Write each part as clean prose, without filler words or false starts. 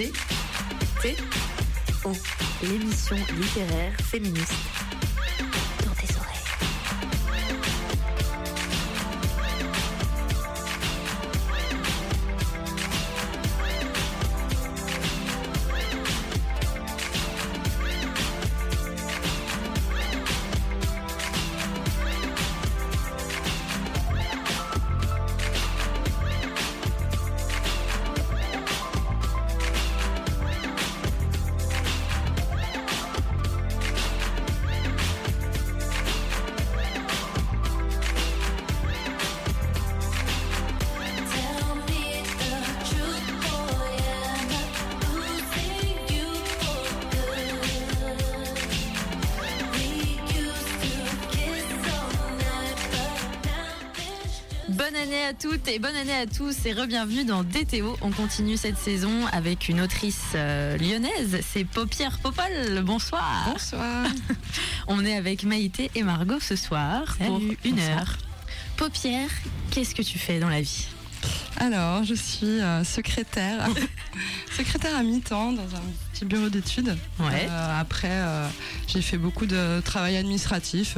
T-T-O, l'émission littéraire féministe dans tes oreilles. Bonne année à toutes et bonne année à tous et re-bienvenue dans DTO. On continue cette saison avec une autrice lyonnaise, c'est Paupière Popol. Bonsoir. Bonsoir. On est avec Maïté et Margot ce soir. Salut. Pour une Bonsoir. heure. Paupière, qu'est-ce que tu fais dans la vie ? Alors, je suis secrétaire à mi-temps dans un petit bureau d'études. Ouais. Après, j'ai fait beaucoup de travail administratif,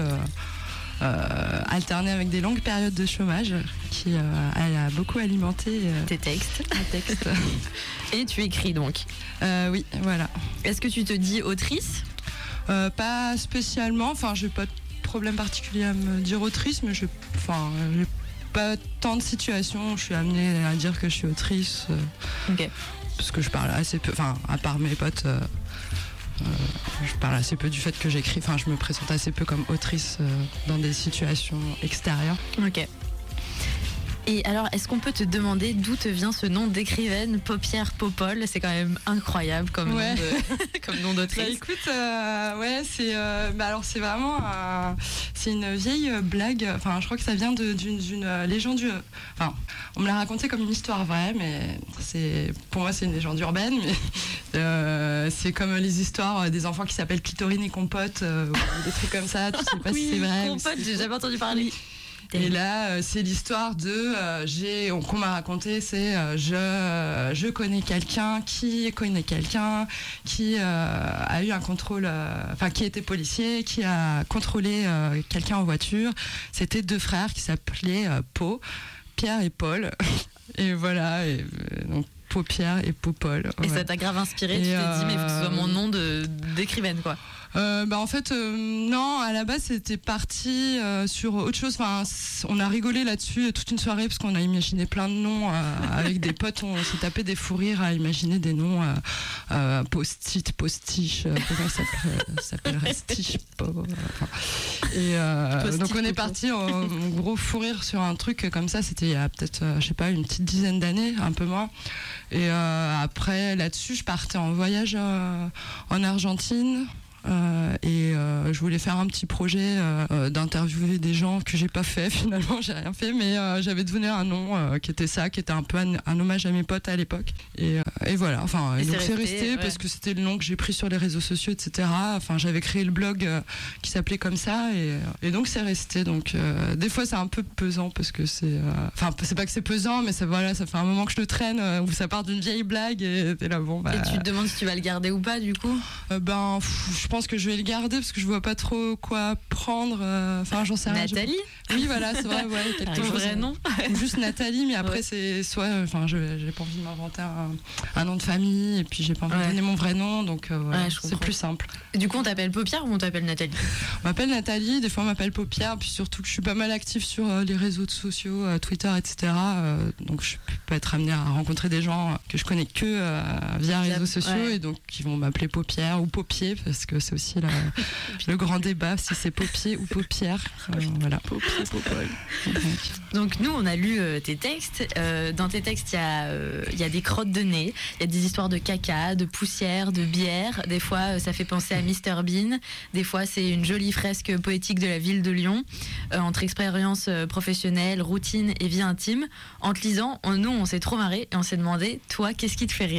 alterné avec des longues périodes de chômage qui a beaucoup alimenté Tes textes. mes textes. Et tu écris donc. Oui, voilà. Est-ce que tu te dis autrice ? Pas spécialement, enfin, j'ai pas de problème particulier à me dire autrice, mais j'ai pas tant de situations où je suis amenée à dire que je suis autrice. Ok. Parce que je parle assez peu, enfin, à part mes potes, je parle assez peu du fait que j'écris, enfin, je me présente assez peu comme autrice dans des situations extérieures. Ok. Et alors, est-ce qu'on peut te demander d'où te vient ce nom d'écrivaine, Paupière Popol ? C'est quand même incroyable comme Ouais. comme nom d'autrice. Bah écoute, ouais, alors c'est vraiment c'est une vieille blague. Enfin, je crois que ça vient d'une légende. Enfin, on me l'a raconté comme une histoire vraie, mais pour moi c'est une légende urbaine. Mais c'est comme les histoires des enfants qui s'appellent Clitorine et Compote, ou des trucs comme ça. Tu sais pas si c'est vrai. Compote, j'ai jamais entendu parler. Et là, c'est l'histoire qu'on m'a raconté, c'est je connais quelqu'un qui a eu un contrôle, enfin qui était policier, qui a contrôlé quelqu'un en voiture. C'était deux frères qui s'appelaient Pierre et Paul. Et voilà, donc Paupière et Popol. Et Ouais. ça t'a grave inspiré, Et tu t'es dit mais il faut que ce soit mon nom d'écrivaine quoi. En fait, non, à la base c'était parti sur autre chose. Enfin, on a rigolé là-dessus toute une soirée parce qu'on a imaginé plein de noms avec des potes. On s'est tapé des fous rires à imaginer des noms post-it, postiche, comment ça s'appellerait Stiche, donc on est parti en gros fou rire sur un truc comme ça. C'était il y a peut-être, je sais pas, une petite dizaine d'années, un peu moins. Et après là-dessus, je partais en voyage en Argentine. Je voulais faire un petit projet d'interviewer des gens que j'ai pas fait finalement, j'ai rien fait, mais j'avais donné un nom qui était un peu un hommage à mes potes à l'époque. Et voilà, enfin, Et donc c'est c'est resté, resté ouais. parce que c'était le nom que j'ai pris sur les réseaux sociaux, etc. Enfin, j'avais créé le blog qui s'appelait comme ça, et donc c'est resté. Donc des fois c'est un peu pesant parce que enfin c'est pas que c'est pesant, mais ça fait un moment que je le traîne où ça part d'une vieille blague et t'es là bon. Et tu te demandes si tu vas le garder ou pas du coup ? Je pense que je vais le garder parce que je vois pas trop quoi prendre. Enfin, j'en sais rien. Nathalie ? Oui, voilà, c'est vrai, ouais, quelque Ton chose. vrai nom ? Ou juste Nathalie, mais après Ouais. c'est soit, enfin, j'ai pas envie de m'inventer un nom de famille, et puis j'ai pas envie de Ouais. donner mon vrai nom, donc voilà, Ouais, je c'est comprends. plus simple. Du coup on t'appelle Paupière ou on t'appelle Nathalie ? On m'appelle Nathalie, des fois on m'appelle Paupière, puis surtout que je suis pas mal active sur les réseaux sociaux, Twitter, etc. Donc je peux être amenée à rencontrer des gens que je connais que via les réseaux sociaux, ouais. et donc qui vont m'appeler Paupière ou Paupier, parce que c'est aussi le grand débat si c'est Paupier ou Paupière. Voilà. Paupier, Popol. Donc nous, on a lu tes textes. Dans tes textes, il y a des crottes de nez, il y a des histoires de caca, de poussière, de bière. Des fois, ça fait penser à Mr Bean. Des fois, c'est une jolie fresque poétique de la ville de Lyon, entre expérience professionnelle, routine et vie intime. En te lisant, nous, on s'est trop marré et on s'est demandé, toi, qu'est-ce qui te fait rire ?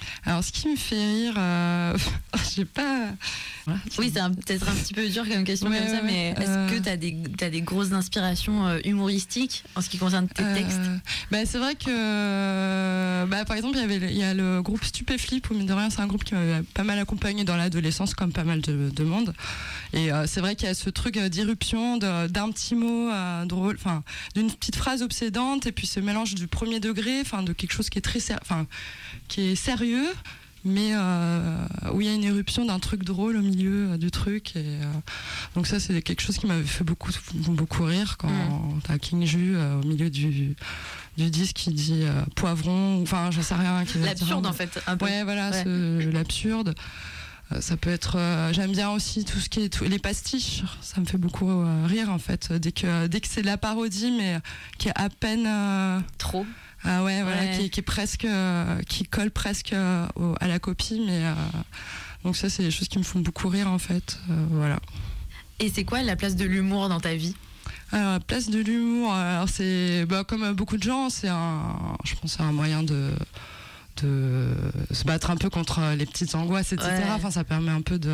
Alors, ce qui me fait rire, j'ai pas. Voilà, Oui, c'est peut-être un petit peu dur comme question Ouais, comme ça, ouais, mais est-ce que t'as des grosses inspirations humoristiques en ce qui concerne tes textes? C'est vrai que, par exemple, il y a le groupe Stupéflip, où mine de rien, c'est un groupe qui m'avait pas mal accompagné dans l'adolescence, comme pas mal de monde. Et c'est vrai qu'il y a ce truc d'irruption d'un petit mot drôle, enfin, d'une petite phrase obsédante, et puis ce mélange du premier degré, enfin, de quelque chose qui est qui est sérieux, mais où il y a une éruption d'un truc drôle au milieu du truc. Et donc ça, c'est quelque chose qui m'avait fait beaucoup rire quand t'as King Ju au milieu du disque qui dit poivron, enfin j'en sais rien. L'absurde en fait, un peu. Ouais, voilà, l'absurde. Ça peut être. J'aime bien aussi tout ce qui est les pastiches. Ça me fait beaucoup rire en fait. Dès que c'est de la parodie, mais qui est à peine. Trop. Ah ouais, voilà, qui est presque, qui colle presque à la copie, mais donc ça, c'est des choses qui me font beaucoup rire en fait. Voilà. Et c'est quoi la place de l'humour dans ta vie? Alors, la place de l'humour, alors c'est comme beaucoup de gens, je pense, c'est un moyen de se battre un peu contre les petites angoisses, etc. Ouais. Enfin, ça permet un peu de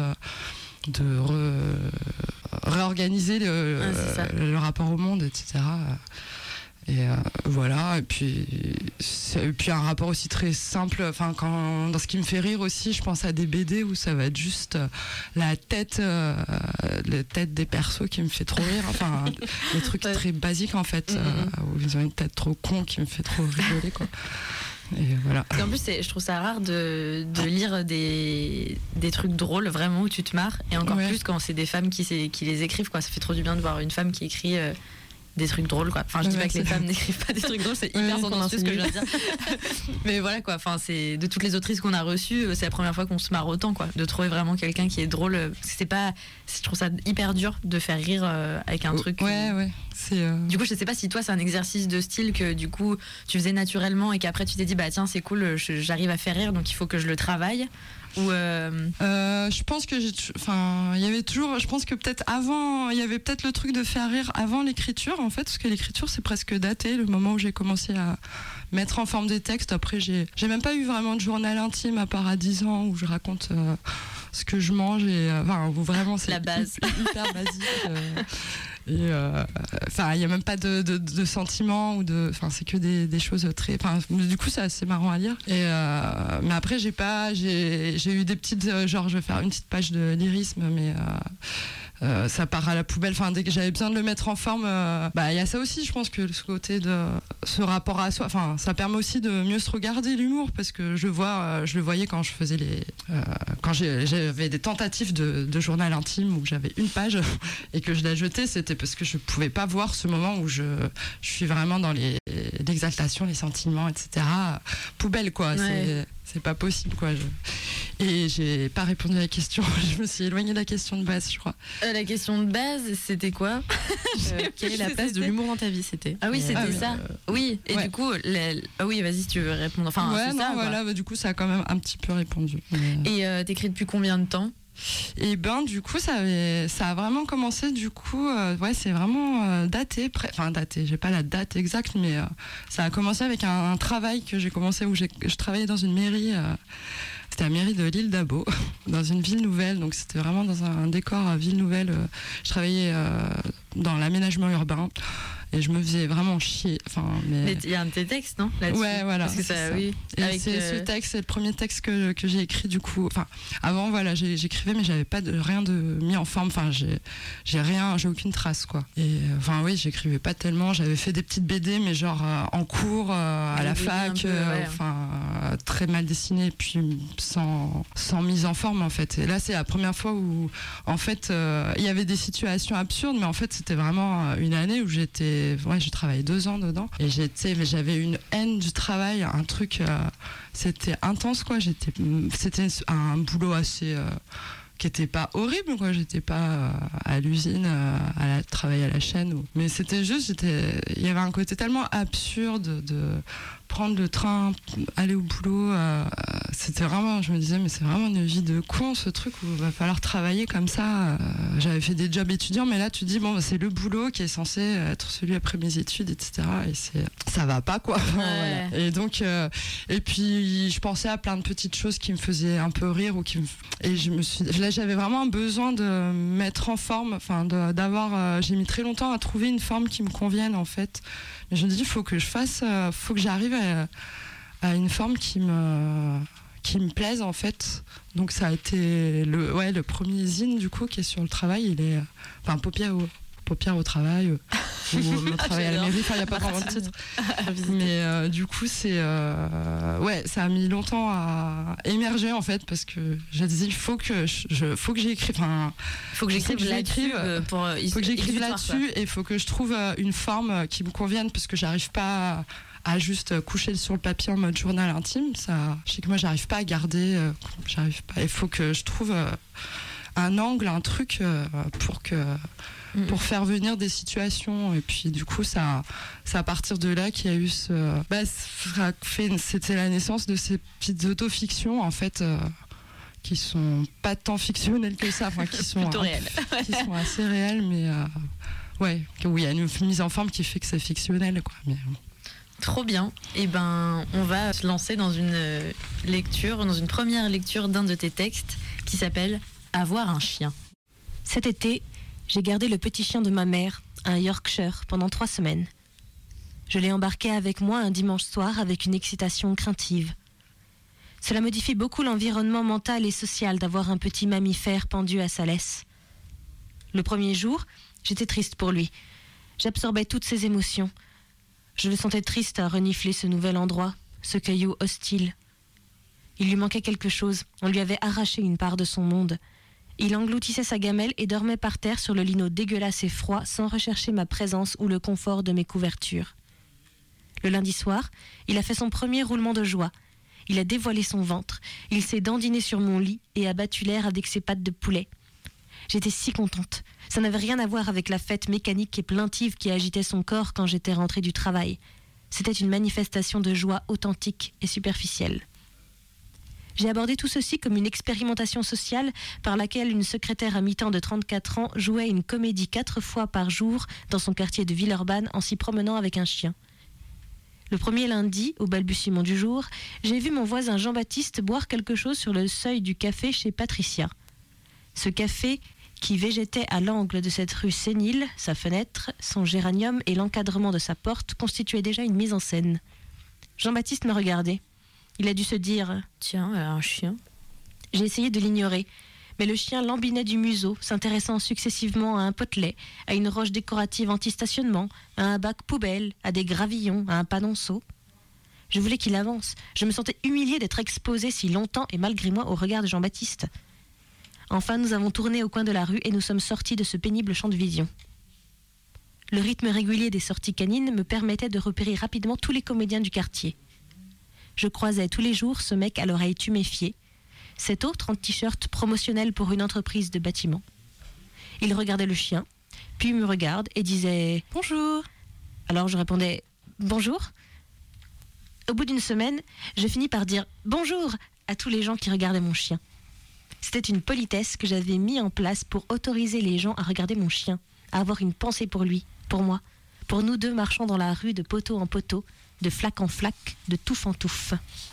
réorganiser le rapport au monde, etc. Et voilà, et puis un rapport aussi très simple, enfin dans ce qui me fait rire aussi, je pense à des BD où ça va être juste la tête des persos qui me fait trop rire, enfin des trucs très basiques en fait, où ils ont une tête trop con qui me fait trop rigoler quoi. Et voilà. Et en plus, je trouve ça rare de lire des trucs drôles vraiment où tu te marres, et encore plus quand c'est des femmes qui les écrivent quoi. Ça fait trop du bien de voir une femme qui écrit des trucs drôles quoi. Enfin, je dis pas que les femmes n'écrivent pas des trucs drôles, c'est hyper tendancieux ce que je viens de dire. Mais voilà quoi, enfin c'est de toutes les autrices qu'on a reçues, c'est la première fois qu'on se marre autant quoi, de trouver vraiment quelqu'un qui est drôle. Je trouve ça hyper dur de faire rire avec un truc. Ouais. Du coup, je sais pas si toi c'est un exercice de style que du coup tu faisais naturellement et qu'après tu t'es dit bah tiens c'est cool, j'arrive à faire rire donc il faut que je le travaille. Ou je pense que il y avait toujours, je pense que peut-être avant, il y avait peut-être le truc de faire rire avant l'écriture en fait, parce que l'écriture c'est presque daté, le moment où j'ai commencé à mettre en forme des textes. Après j'ai même pas eu vraiment de journal intime à part à 10 ans où je raconte ce que je mange et où vraiment c'est la base hyper basique. Et il y a même pas de sentiments c'est que des choses très, du coup c'est assez marrant à lire. Et mais après j'ai eu des petites genre je vais faire une petite page de lyrisme, mais ça part à la poubelle. Enfin, dès que j'avais besoin de le mettre en forme, il y a ça aussi. Je pense que ce côté de ce rapport à soi, ça permet aussi de mieux se regarder l'humour, parce que je le voyais quand je faisais quand j'avais des tentatives de journal intime où j'avais une page et que je la jetais, c'était parce que je pouvais pas voir ce moment où je suis vraiment dans l'exaltation, les sentiments, etc. Poubelle quoi. Ouais. C'est pas possible quoi. Et j'ai pas répondu à la question. Je me suis éloignée de la question de base, je crois. La question de base, c'était quoi? Quelle est la place de l'humour dans ta vie? C'était. Ah oui, c'était ça. Oui. Et du coup, oui, vas-y, si tu veux répondre. Enfin, c'est ça. Voilà. Du coup, ça a quand même un petit peu répondu. Et t'écris depuis combien de temps? Et du coup ça a vraiment commencé du coup c'est vraiment daté, j'ai pas la date exacte, mais ça a commencé avec un travail que j'ai commencé où je travaillais dans une mairie, c'était la mairie de l'île d'Abo, dans une ville nouvelle, donc c'était vraiment dans un décor ville nouvelle. Je travaillais dans l'aménagement urbain et je me faisais vraiment chier. Mais il y a un de tes textes, non, là-dessus? Ouais, voilà. Parce que ça. Oui. Et ce texte, c'est le premier texte que j'ai écrit du coup. Enfin, avant, voilà, j'écrivais, mais j'avais pas rien de mis en forme. Enfin, j'ai aucune trace, quoi. Et oui, j'écrivais pas tellement. J'avais fait des petites BD, mais genre en cours, à la fac, très mal dessiné, puis sans mise en forme, en fait. Et là, c'est la première fois où, en fait, il y avait des situations absurdes, mais en fait, c'était vraiment une année où j'ai travaillé 2 ans dedans et mais j'avais une haine du travail, un truc, c'était intense quoi. C'était un boulot assez qui était pas horrible quoi. J'étais pas à l'usine travailler à la chaîne mais c'était juste, il y avait un côté tellement absurde de prendre le train, aller au boulot, c'était vraiment, je me disais, mais c'est vraiment une vie de con, ce truc où il va falloir travailler comme ça. J'avais fait des jobs étudiants, mais là, tu te dis, bon, c'est le boulot qui est censé être celui après mes études, etc. Et ça va pas, quoi. Ouais. Voilà. Et donc, et puis, je pensais à plein de petites choses qui me faisaient un peu rire et là, j'avais vraiment un besoin de me mettre en forme, enfin, j'ai mis très longtemps à trouver une forme qui me convienne, en fait. Mais je me dis, faut que j'arrive à une forme qui me plaise, en fait. Donc ça a été le premier zine, du coup, qui est sur le travail. Il est paupières au travail, ou au travail à la mairie. Enfin, il n'y a pas vraiment de titre. Mais du coup, ça a mis longtemps à émerger, en fait, parce que j'ai dit, il faut que j'écrive. Faut que j'écrive là-dessus. Il faut que j'écrive là-dessus, et il faut que je trouve une forme qui me convienne, parce que j'arrive pas à juste coucher sur le papier en mode journal intime. Je sais que moi, j'arrive pas à garder. Il faut que je trouve un angle, un truc pour faire venir des situations. Et puis du coup, c'est à partir de là qu'il y a eu c'était la naissance de ces petites autofictions, en fait, qui sont pas tant fictionnelles que ça, enfin qui sont plutôt réelles, qui sont assez réelles, mais où il y a une mise en forme qui fait que c'est fictionnel, quoi. Mais trop bien. Et on va se lancer dans une première lecture d'un de tes textes qui s'appelle Avoir un chien. Cet été, j'ai gardé le petit chien de ma mère, un Yorkshire, pendant 3 semaines. Je l'ai embarqué avec moi un dimanche soir avec une excitation craintive. Cela modifie beaucoup l'environnement mental et social d'avoir un petit mammifère pendu à sa laisse. Le premier jour, j'étais triste pour lui. J'absorbais toutes ses émotions. Je le sentais triste à renifler ce nouvel endroit, ce caillou hostile. Il lui manquait quelque chose, on lui avait arraché une part de son monde. Il engloutissait sa gamelle et dormait par terre sur le lino dégueulasse et froid sans rechercher ma présence ou le confort de mes couvertures. Le lundi soir, il a fait son premier roulement de joie. Il a dévoilé son ventre, il s'est dandiné sur mon lit et a battu l'air avec ses pattes de poulet. J'étais si contente. Ça n'avait rien à voir avec la fête mécanique et plaintive qui agitait son corps quand j'étais rentrée du travail. C'était une manifestation de joie authentique et superficielle. J'ai abordé tout ceci comme une expérimentation sociale par laquelle une secrétaire à mi-temps de 34 ans jouait une comédie 4 fois par jour dans son quartier de Villeurbanne en s'y promenant avec un chien. Le premier lundi, au balbutiement du jour, j'ai vu mon voisin Jean-Baptiste boire quelque chose sur le seuil du café chez Patricia. Ce café, qui végétait à l'angle de cette rue sénile, sa fenêtre, son géranium et l'encadrement de sa porte constituaient déjà une mise en scène. Jean-Baptiste m'a regardé. Il a dû se dire « Tiens, elle a un chien ». J'ai essayé de l'ignorer, mais le chien lambinait du museau, s'intéressant successivement à un potelet, à une roche décorative anti-stationnement, à un bac poubelle, à des gravillons, à un panonceau. Je voulais qu'il avance. Je me sentais humiliée d'être exposée si longtemps et malgré moi au regard de Jean-Baptiste. Enfin, nous avons tourné au coin de la rue et nous sommes sortis de ce pénible champ de vision. Le rythme régulier des sorties canines me permettait de repérer rapidement tous les comédiens du quartier. Je croisais tous les jours ce mec à l'oreille tuméfiée, cet autre en t-shirt promotionnel pour une entreprise de bâtiment. Il regardait le chien, puis me regarde et disait « Bonjour ». Alors je répondais « Bonjour ». Au bout d'une semaine, je finis par dire « Bonjour » à tous les gens qui regardaient mon chien. C'était une politesse que j'avais mis en place pour autoriser les gens à regarder mon chien, à avoir une pensée pour lui, pour moi, pour nous deux marchant dans la rue de poteau en poteau, de flaque en flaque, de touffe en touffe.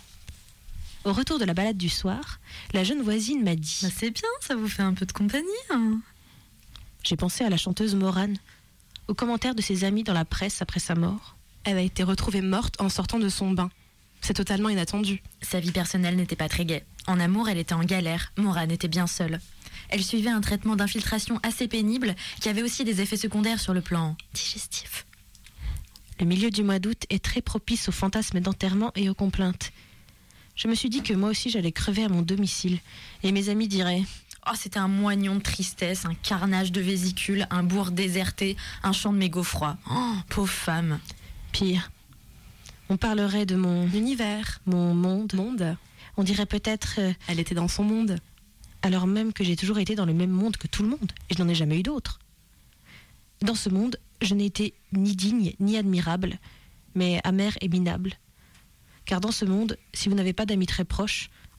Au retour de la balade du soir, la jeune voisine m'a dit « C'est bien, ça vous fait un peu de compagnie hein ?» J'ai pensé à la chanteuse Morane, aux commentaires de ses amis dans la presse après sa mort. Elle a été retrouvée morte en sortant de son bain. C'est totalement inattendu. Sa vie personnelle n'était pas très gaie. En amour, elle était en galère. Morane était bien seule. Elle suivait un traitement d'infiltration assez pénible qui avait aussi des effets secondaires sur le plan digestif. Le milieu du mois d'août est très propice aux fantasmes d'enterrement et aux complaintes. Je me suis dit que moi aussi j'allais crever à mon domicile. Et mes amis diraient « Oh, c'était un moignon de tristesse, un carnage de vésicules, un bourg déserté, un champ de mégots froids. Oh, pauvre femme !» Pire. On parlerait de mon univers, mon monde. On dirait peut-être elle était dans son monde. Alors même que j'ai toujours été dans le même monde que tout le monde. Et je n'en ai jamais eu d'autre. Dans ce monde, je n'ai été ni digne ni admirable, mais amère et minable. Car dans ce monde, si vous n'avez pas d'amis très proches,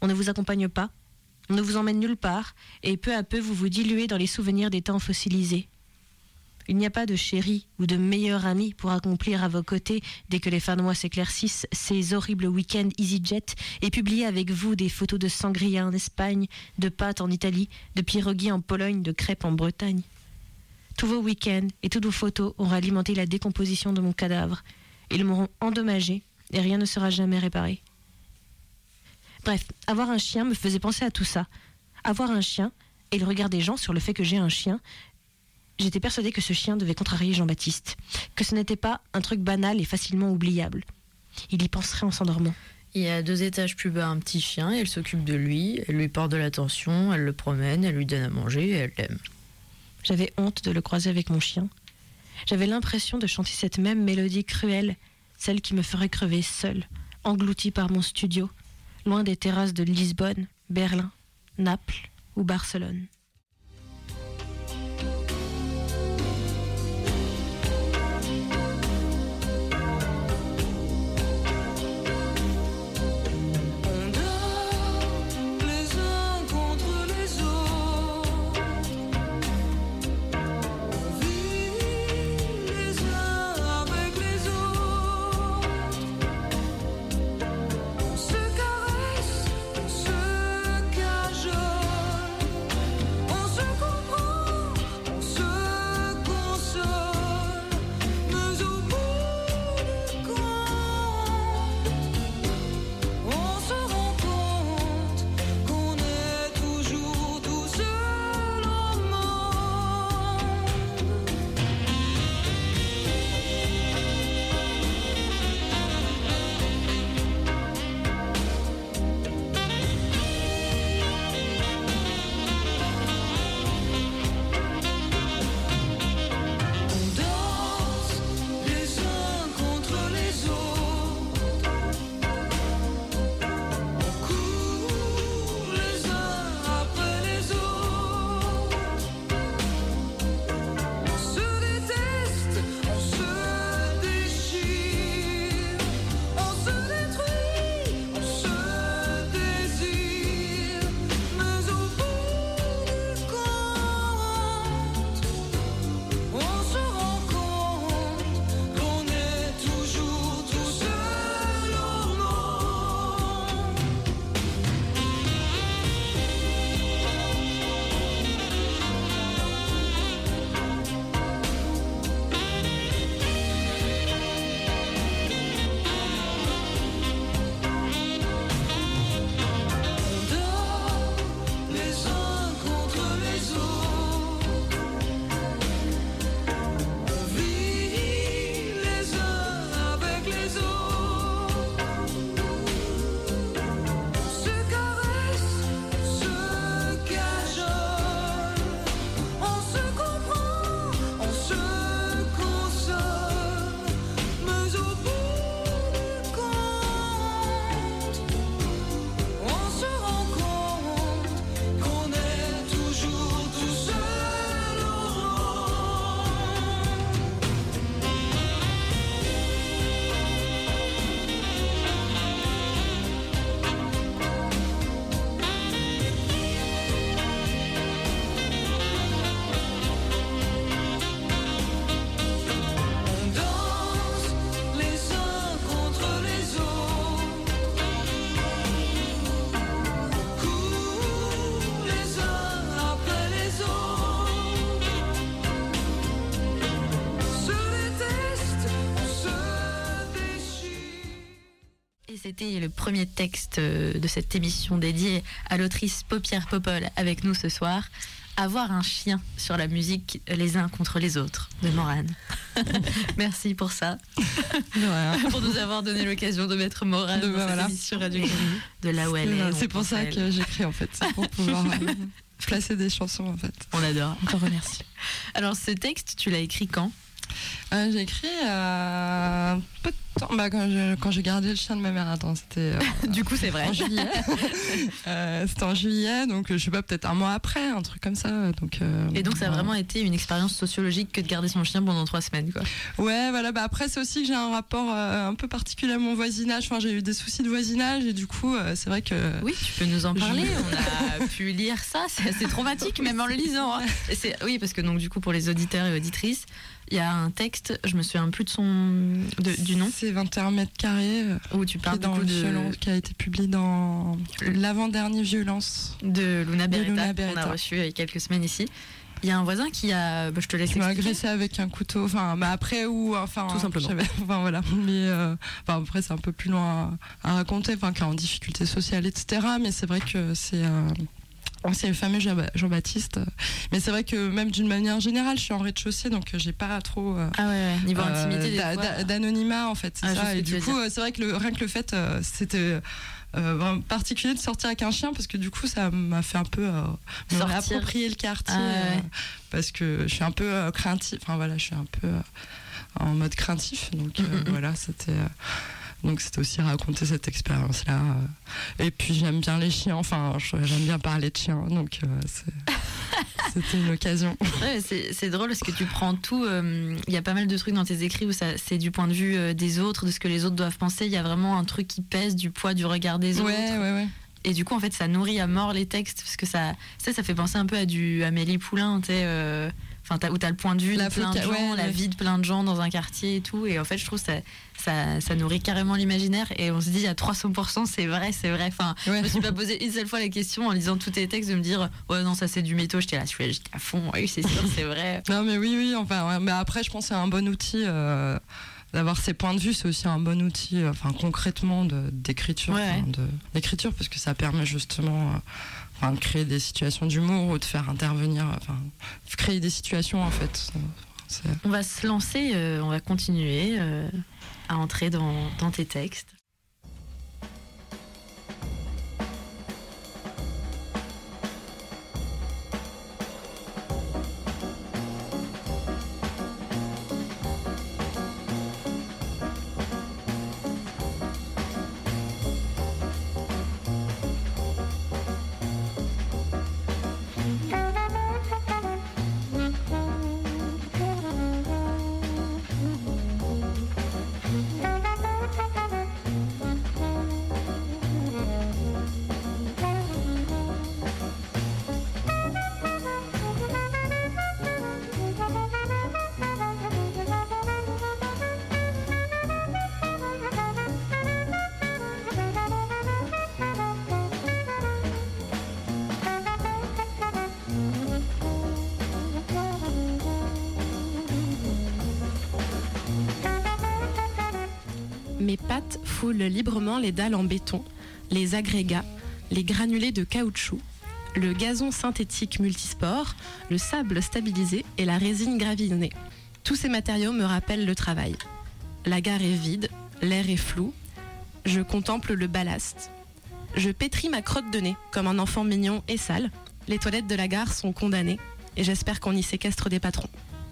On ne vous accompagne pas, on ne vous emmène nulle part, et peu à peu vous vous diluez dans les souvenirs des temps fossilisés. Il n'y a pas de chéri ou de meilleur ami pour accomplir à vos côtés, dès que les fins de mois s'éclaircissent, ces horribles week-ends EasyJet et publier avec vous des photos de sangria en Espagne, de pâtes en Italie, de pierogies en Pologne, de crêpes en Bretagne. Tous vos week-ends et toutes vos photos auront alimenté la décomposition de mon cadavre. Ils m'auront endommagé et rien ne sera jamais réparé. Bref, avoir un chien me faisait penser à tout ça. Avoir un chien et le regard des gens sur le fait que j'ai un chien. J'étais persuadée que ce chien devait contrarier Jean-Baptiste, que ce n'était pas un truc banal et facilement oubliable. Il y penserait en s'endormant. Il y a 2 étages plus bas un petit chien, et elle s'occupe de lui, elle lui porte de l'attention, elle le promène, elle lui donne à manger et elle l'aime. J'avais honte de le croiser avec mon chien. J'avais l'impression de chanter cette même mélodie cruelle, celle qui me ferait crever seule, engloutie par mon studio, loin des terrasses de Lisbonne, Berlin, Naples ou Barcelone. C'était le premier texte de cette émission dédiée à l'autrice Paupière Popol avec nous ce soir. Avoir un chien sur la musique Les uns contre les autres de Morane. Merci pour ça. Pour nous avoir donné l'occasion de mettre Morane dans cette émission Radio Grenouille, de là où elle est. C'est pour ça que j'écris en fait, c'est pour pouvoir placer des chansons en fait. On l'adore, on te remercie. Alors ce texte, tu l'as écrit quand ? J'ai écrit Quand j'ai gardé le chien de ma mère, c'était Du coup, c'est vrai. en juillet. C'était en juillet, donc je sais pas, peut-être un mois après, un truc comme ça. Et donc ça a vraiment été une expérience sociologique que de garder son chien pendant 3 semaines, quoi. Ouais, voilà. Après, c'est aussi que j'ai un rapport un peu particulier à mon voisinage. Enfin, j'ai eu des soucis de voisinage et du coup, c'est vrai que. Oui, tu peux nous en parler. On a pu lire ça. C'est assez traumatique, même en le lisant. Hein. Oui, parce que donc du coup, pour les auditeurs et auditrices, il y a un texte, je me souviens plus du nom. C'est 21 mètres carrés. Où tu parles qui a été publié dans l'avant-dernier Violence de Luna Beretta, qu'on a reçu il y a quelques semaines ici. Il y a un voisin qui a, je te laisse expliquer. M'a agressé avec un couteau, après tout simplement. Voilà, mais après c'est un peu plus loin à raconter, qui est en difficulté sociale, etc. Mais c'est vrai que c'est le fameux Jean-Baptiste. Mais c'est vrai que même d'une manière générale, je suis en rez-de-chaussée, donc j'ai pas trop niveau intimité d'anonymat en fait. C'est ça. Et du coup, c'est vrai que rien que le fait, c'était particulier de sortir avec un chien, parce que du coup ça m'a fait un peu me réapproprier le quartier, parce que je suis un peu craintif. Je suis un peu en mode craintif, donc voilà, c'était. Donc c'était aussi raconter cette expérience-là. Et puis j'aime bien les chiens, j'aime bien parler de chiens, donc c'était une occasion. Ouais, c'est drôle parce que tu prends tout, il y a pas mal de trucs dans tes écrits où c'est du point de vue des autres, de ce que les autres doivent penser, il y a vraiment un truc qui pèse du poids du regard des autres. Ouais. Et du coup en fait ça nourrit à mort les textes, parce que ça fait penser un peu à du Amélie Poulain, tu sais... où t'as le point de vue de plein de gens, la vie de plein de gens dans un quartier et tout. Et en fait, je trouve que ça nourrit carrément l'imaginaire. Et on se dit à 300%, c'est vrai. Je me suis pas posé une seule fois la question en lisant tous tes textes de me dire ouais, non, ça c'est du mytho. J'étais à fond. Oui, c'est sûr, c'est vrai. Non, mais oui. Mais après, je pense que c'est un bon outil. D'avoir ces points de vue, c'est aussi un bon outil, concrètement, d'écriture. D'écriture, parce que ça permet justement. De créer des situations d'humour ou de faire intervenir, créer des situations en fait. On va se lancer, on va continuer à entrer dans tes textes. Mes pattes foulent librement les dalles en béton, les agrégats, les granulés de caoutchouc, le gazon synthétique multisport, le sable stabilisé et la résine gravinée. Tous ces matériaux me rappellent le travail. La gare est vide, l'air est flou. Je contemple le ballast. Je pétris ma crotte de nez comme un enfant mignon et sale. Les toilettes de la gare sont condamnées et j'espère qu'on y séquestre des patrons.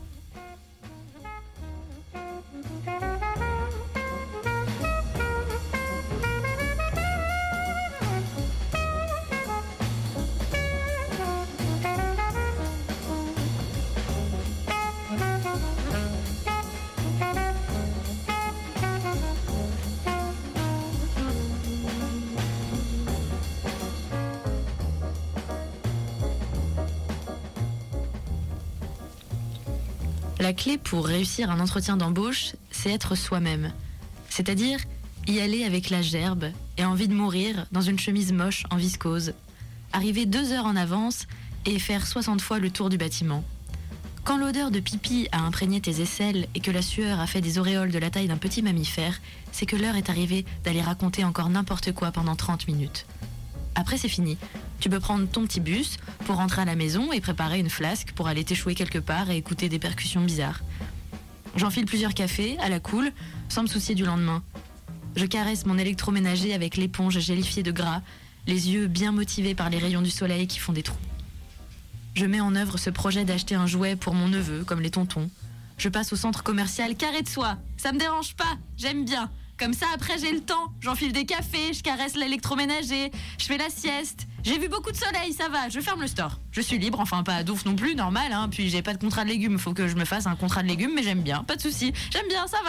La clé pour réussir un entretien d'embauche, c'est être soi-même. C'est-à-dire y aller avec la gerbe et envie de mourir dans une chemise moche en viscose. Arriver 2 heures en avance et faire 60 fois le tour du bâtiment. Quand l'odeur de pipi a imprégné tes aisselles et que la sueur a fait des auréoles de la taille d'un petit mammifère, c'est que l'heure est arrivée d'aller raconter encore n'importe quoi pendant 30 minutes. Après, c'est fini. Tu peux prendre ton petit bus pour rentrer à la maison et préparer une flasque pour aller t'échouer quelque part et écouter des percussions bizarres. J'enfile plusieurs cafés à la cool, sans me soucier du lendemain. Je caresse mon électroménager avec l'éponge gélifiée de gras, les yeux bien motivés par les rayons du soleil qui font des trous. Je mets en œuvre ce projet d'acheter un jouet pour mon neveu, comme les tontons. Je passe au centre commercial Carré de Soie. Ça me dérange pas, j'aime bien. Comme ça, après, j'ai le temps. J'enfile des cafés, je caresse l'électroménager, je fais la sieste. J'ai vu beaucoup de soleil, ça va, je ferme le store. Je suis libre, enfin pas d'ouf non plus, normal, hein. Puis j'ai pas de contrat de légumes, faut que je me fasse un contrat de légumes, mais j'aime bien, pas de souci. J'aime bien, ça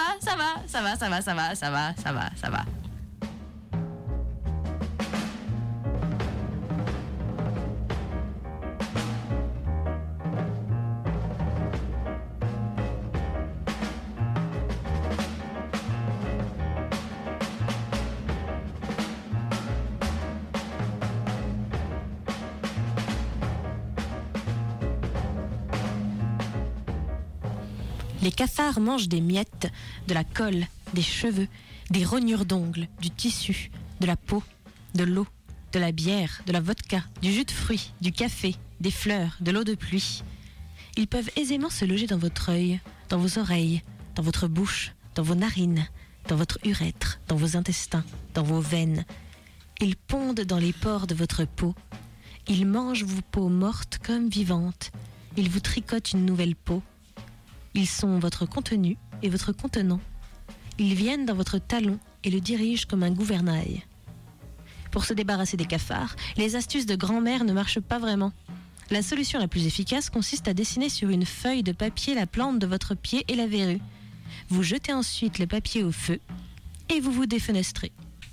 va. Les cafards mangent des miettes, de la colle, des cheveux, des rognures d'ongles, du tissu, de la peau, de l'eau, de la bière, de la vodka, du jus de fruits, du café, des fleurs, de l'eau de pluie. Ils peuvent aisément se loger dans votre œil, dans vos oreilles, dans votre bouche, dans vos narines, dans votre urètre, dans vos intestins, dans vos veines. Ils pondent dans les pores de votre peau. Ils mangent vos peaux mortes comme vivantes. Ils vous tricotent une nouvelle peau. Ils sont votre contenu et votre contenant. Ils viennent dans votre talon et le dirigent comme un gouvernail. Pour se débarrasser des cafards, les astuces de grand-mère ne marchent pas vraiment. La solution la plus efficace consiste à dessiner sur une feuille de papier la plante de votre pied et la verrue. Vous jetez ensuite le papier au feu et vous vous défenestrez.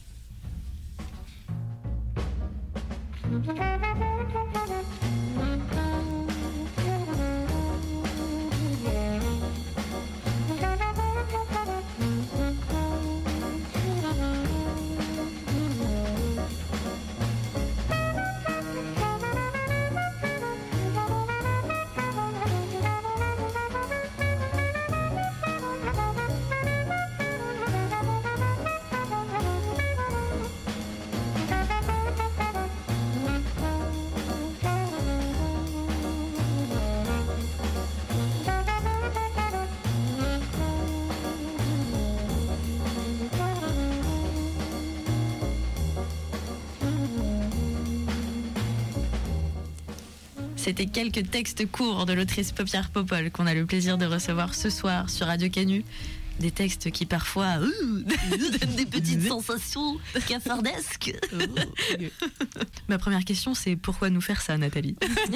C'était quelques textes courts de l'autrice Paupière Popol qu'on a le plaisir de recevoir ce soir sur Radio Canu. Des textes qui parfois donnent des petites sensations cafardesques. Ma première question, c'est pourquoi nous faire ça, Nathalie?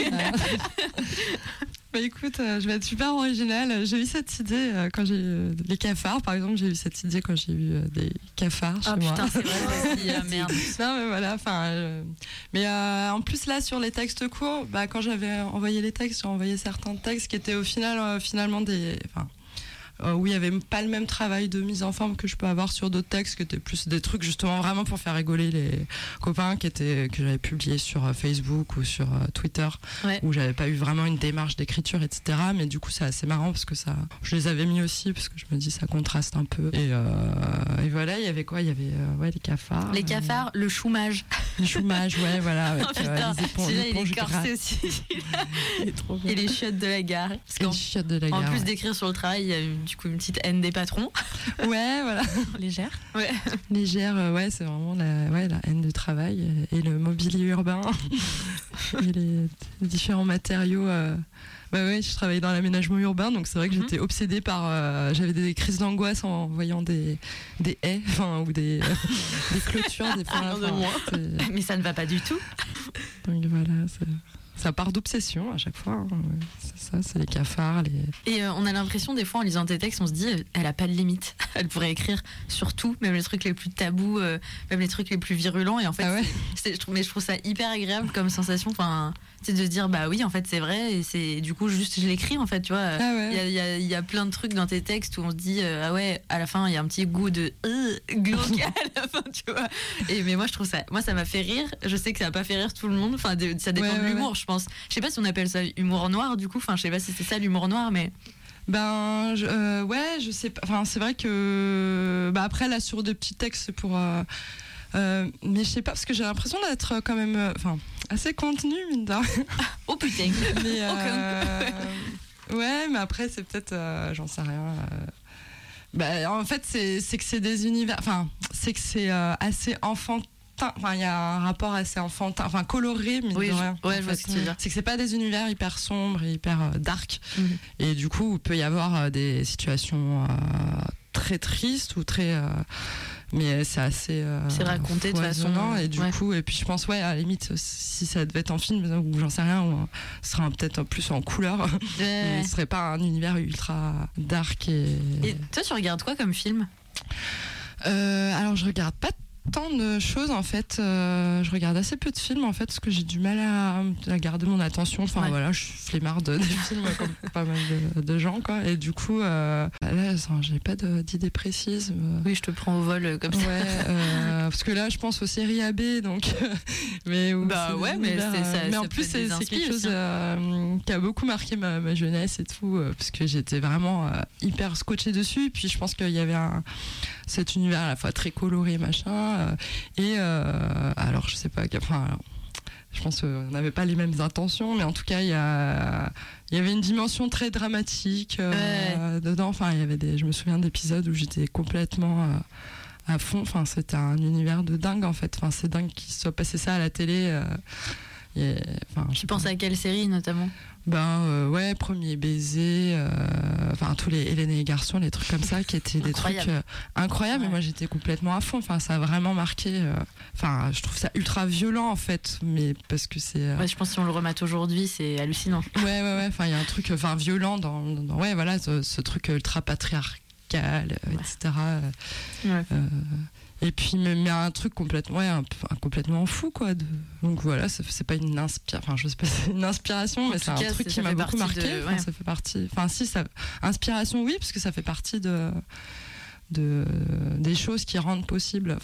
Bah écoute, je vais être super originale. J'ai eu cette idée quand j'ai eu les cafards, par exemple. J'ai eu cette idée quand j'ai eu des cafards chez moi. Putain, c'est vrai aussi, merde. Non, mais voilà, mais en plus, là, sur les textes courts, bah, quand j'avais envoyé les textes, j'ai envoyé certains textes qui étaient au final, finalement des... où il n'y avait pas le même travail de mise en forme que je peux avoir sur d'autres textes, qui étaient plus des trucs justement vraiment pour faire rigoler les copains, que j'avais publiés sur Facebook ou sur Twitter, ouais. Où j'avais pas eu vraiment une démarche d'écriture, etc. Mais du coup, c'est assez marrant parce que ça, je les avais mis aussi parce que je me dis ça contraste un peu. Et voilà, il y avait quoi? Il y avait les cafards. Les cafards, le choumage. Le choumage, ouais, voilà. Avec, les éponges, il est corsé aussi. Il est trop bien. Et les chiottes de la gare. Les chiottes de la gare. En plus d'écrire sur le travail, il y a du coup une petite haine des patrons. Ouais, voilà. Légère. Ouais. Légère, ouais, c'est vraiment la haine du travail et le mobilier urbain et les différents matériaux. Bah ouais, je travaillais dans l'aménagement urbain, donc c'est vrai que j'étais obsédée par. J'avais des crises d'angoisse en voyant des haies, ou des clôtures, des fois. Mais ça ne va pas du tout. Donc voilà, ça part d'obsession à chaque fois. Hein. C'est ça, c'est les cafards. Et on a l'impression, des fois, en lisant tes textes, on se dit, elle a pas de limite. Elle pourrait écrire sur tout, même les trucs les plus tabous, même les trucs les plus virulents. Et en fait, je trouve ça hyper agréable comme sensation. Enfin, c'est de se dire, bah oui, en fait, c'est vrai. Et c'est du coup, juste, je l'écris, en fait, tu vois. Il y a plein de trucs dans tes textes où on se dit, ah ouais, à la fin, il y a un petit goût de glauque à la fin, tu vois. Mais moi, je trouve ça, ça m'a fait rire. Je sais que ça n'a pas fait rire tout le monde. Enfin, ça dépend de l'humour, je pense. Je sais pas si on appelle ça humour noir, du coup. Enfin, je sais pas si c'est ça l'humour noir, mais. Je sais pas. Enfin, c'est vrai que. Après, là, sur des petits textes, c'est pour. Mais je sais pas, parce que j'ai l'impression d'être quand même. Assez contenu, mine de rien. Oh putain! Ouais, mais après, c'est peut-être. J'en sais rien. En fait, c'est que c'est des univers. Enfin, c'est que c'est assez il y a un rapport assez enfantin, enfin coloré, mais Oui, de rien. je vois ce que tu veux dire. C'est que c'est pas des univers hyper sombres et hyper dark. Et du coup, il peut y avoir des situations très tristes ou très. Mais c'est assez. C'est raconté de façon. Et du coup, et puis je pense, à la limite, si ça devait être en film, ou j'en sais rien, ou ce serait peut-être plus en couleur. Mais ce serait pas un univers ultra dark. Et toi, tu regardes quoi comme film ? Alors, je regarde pas tant de choses en fait. Je regarde assez peu de films en fait parce que j'ai du mal à garder mon attention. Enfin voilà, je suis flemmarde des films comme pas mal de gens quoi. Et du coup, là, j'ai pas d'idée précise. Oui, je te prends au vol comme ça. Parce que là, je pense aux séries AB, donc. Mais mais en plus, c'est quelque chose qui a beaucoup marqué ma jeunesse et tout, parce que j'étais vraiment hyper scotchée dessus. Et puis, je pense qu'il y avait cet univers à la fois très coloré, machin. Alors je sais pas, je pense qu'on n'avait pas les mêmes intentions, mais en tout cas il y avait une dimension très dramatique dedans. Enfin, je me souviens d'épisodes où j'étais complètement à fond. Enfin, c'était un univers de dingue en fait. Enfin, c'est dingue qu'il soit passé ça à la télé. Tu penses à quelle série notamment ? Premier baiser, tous les Hélène et les garçons, les trucs comme ça qui étaient des trucs incroyables. Et moi j'étais complètement à fond. Enfin, ça a vraiment marqué. Je trouve ça ultra violent en fait, mais parce que c'est. Je pense que si on le remate aujourd'hui, c'est hallucinant. Enfin, il y a un truc, violent dans ce truc ultra patriarcal, etc. Et puis mais un truc complètement fou quoi. Donc voilà, c'est pas une je sais pas si c'est une inspiration, mais c'est un truc qui m'a beaucoup marqué. Ça fait partie. Inspiration oui, parce que ça fait partie des choses qui rendent possible.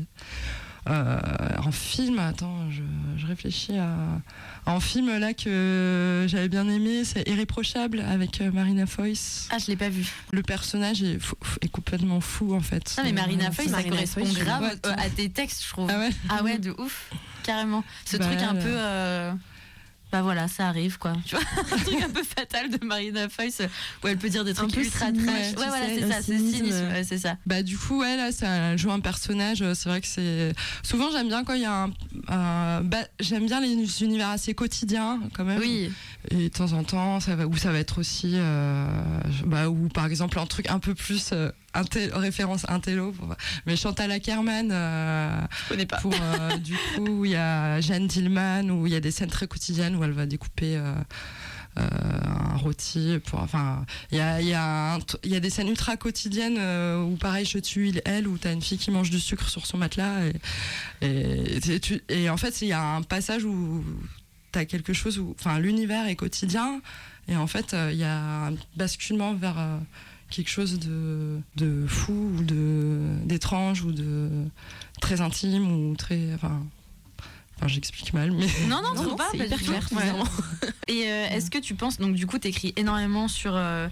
En film, je réfléchis en film là que j'avais bien aimé, c'est Irréprochable avec Marina Foïs. Ah, je l'ai pas vu. Le personnage est est complètement fou en fait. Non mais Marina Foïs, ça correspond grave à tes textes, je trouve. Ah ouais, de ouf, carrément. Ce truc un peu. Ça arrive quoi. Tu vois, un truc un peu fatal de Marina Foïs où elle peut dire des trucs ultra trash. C'est cynisme, c'est ça. Du coup, là, ça joue un personnage. C'est vrai que c'est. Souvent, j'aime bien quand il y a j'aime bien les univers assez quotidiens quand même. Oui. Et de temps en temps, ça va être aussi. Ou par exemple, un truc un peu plus. Référence intello, mais Chantal Akerman, je connais pas. Du coup, où il y a Jeanne Dillman, où il y a des scènes très quotidiennes où elle va découper un rôti. Il y a des scènes ultra quotidiennes où pareil, je tue elle, où t'as une fille qui mange du sucre sur son matelas et en fait, il y a un passage où t'as quelque chose où, l'univers est quotidien et en fait, il y a un basculement vers quelque chose de fou ou d'étrange ou de très intime ou très j'explique mal mais non c'est hyper clair. Et est-ce que tu penses, donc du coup t'écris énormément sur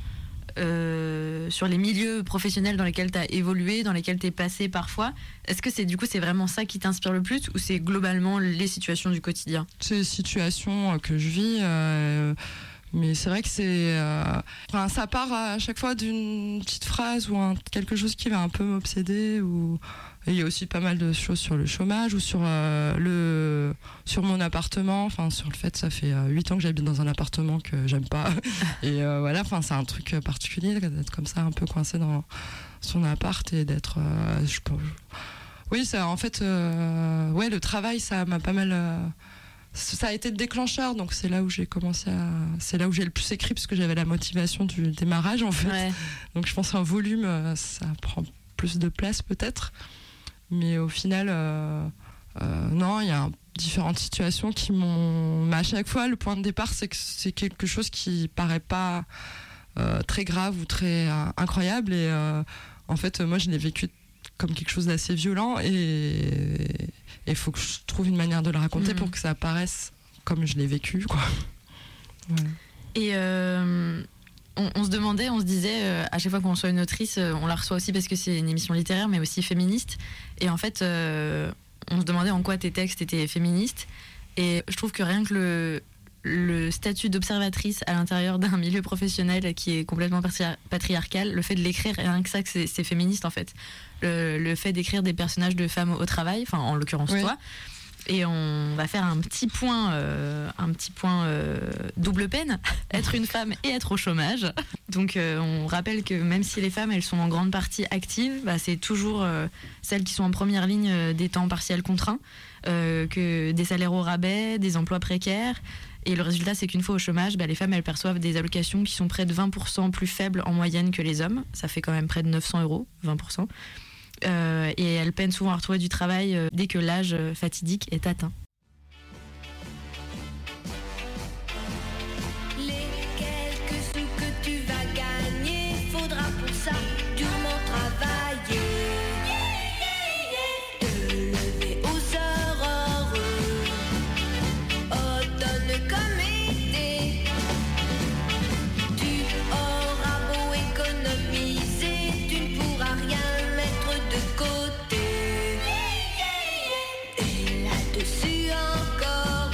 les milieux professionnels dans lesquels t'as évolué, dans lesquels t'es passé parfois, est-ce que c'est vraiment ça qui t'inspire le plus ou c'est globalement les situations du quotidien ? C'est les situations que je vis. Mais c'est vrai que ça part à chaque fois d'une petite phrase ou quelque chose qui va un peu m'obséder. Et il y a aussi pas mal de choses sur le chômage ou sur mon appartement. Sur le fait, ça fait 8 ans que j'habite dans un appartement que j'aime pas. Et c'est un truc particulier d'être comme ça, un peu coincé dans son appart et d'être. Oui, ça, en fait, le travail, ça m'a pas mal. Ça a été le déclencheur, donc c'est là où j'ai le plus écrit parce que j'avais la motivation du démarrage en fait. Ouais. Donc je pense qu'en volume, ça prend plus de place peut-être, mais au final, non, il y a différentes situations qui m'ont. Mais à chaque fois, le point de départ, c'est que c'est quelque chose qui paraît pas très grave ou très incroyable, et en fait, moi, je l'ai vécu comme quelque chose d'assez violent et il faut que je trouve une manière de le raconter pour que ça apparaisse comme je l'ai vécu, quoi. Voilà. Et on se demandait, on se disait, à chaque fois qu'on reçoit une autrice, on la reçoit aussi parce que c'est une émission littéraire mais aussi féministe, et en fait on se demandait en quoi tes textes étaient féministes, et je trouve que rien que le statut d'observatrice à l'intérieur d'un milieu professionnel qui est complètement patriarcal, le fait de l'écrire, rien que ça, que c'est féministe en fait. Le fait d'écrire des personnages de femmes au travail, enfin en l'occurrence toi. Et on va faire un petit point double peine, être une femme et être au chômage. Donc on rappelle que même si les femmes elles sont en grande partie actives, c'est toujours celles qui sont en première ligne des temps partiels contraints, que des salaires au rabais, des emplois précaires. Et le résultat, c'est qu'une fois au chômage, les femmes elles perçoivent des allocations qui sont près de 20% plus faibles en moyenne que les hommes. Ça fait quand même près de 900 €, 20%. Et elles peinent souvent à retrouver du travail dès que l'âge fatidique est atteint. Les quelques sous que tu vas gagner, faudra pour ça durement travailler. Te lever aux aurores, automne comme été. Tu auras beau économiser, tu ne pourras rien de côté. Et là-dessus encore,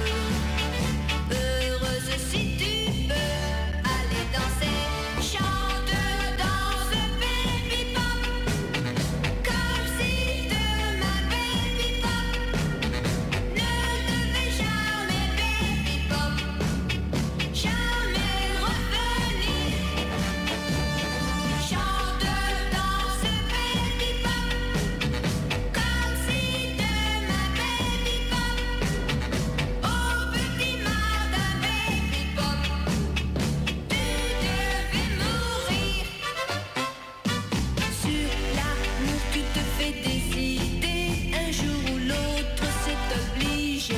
heureuse si tu peux aller danser, chante, danse, baby pop, comme si demain baby pop ne devait jamais baby pop, jamais revenir. Chante, danse, baby pop, comme si demain baby pop, au petit mar d'un baby pop, tu devais mourir. Sur l'amour tu te fais décider, un jour ou l'autre c'est obligé.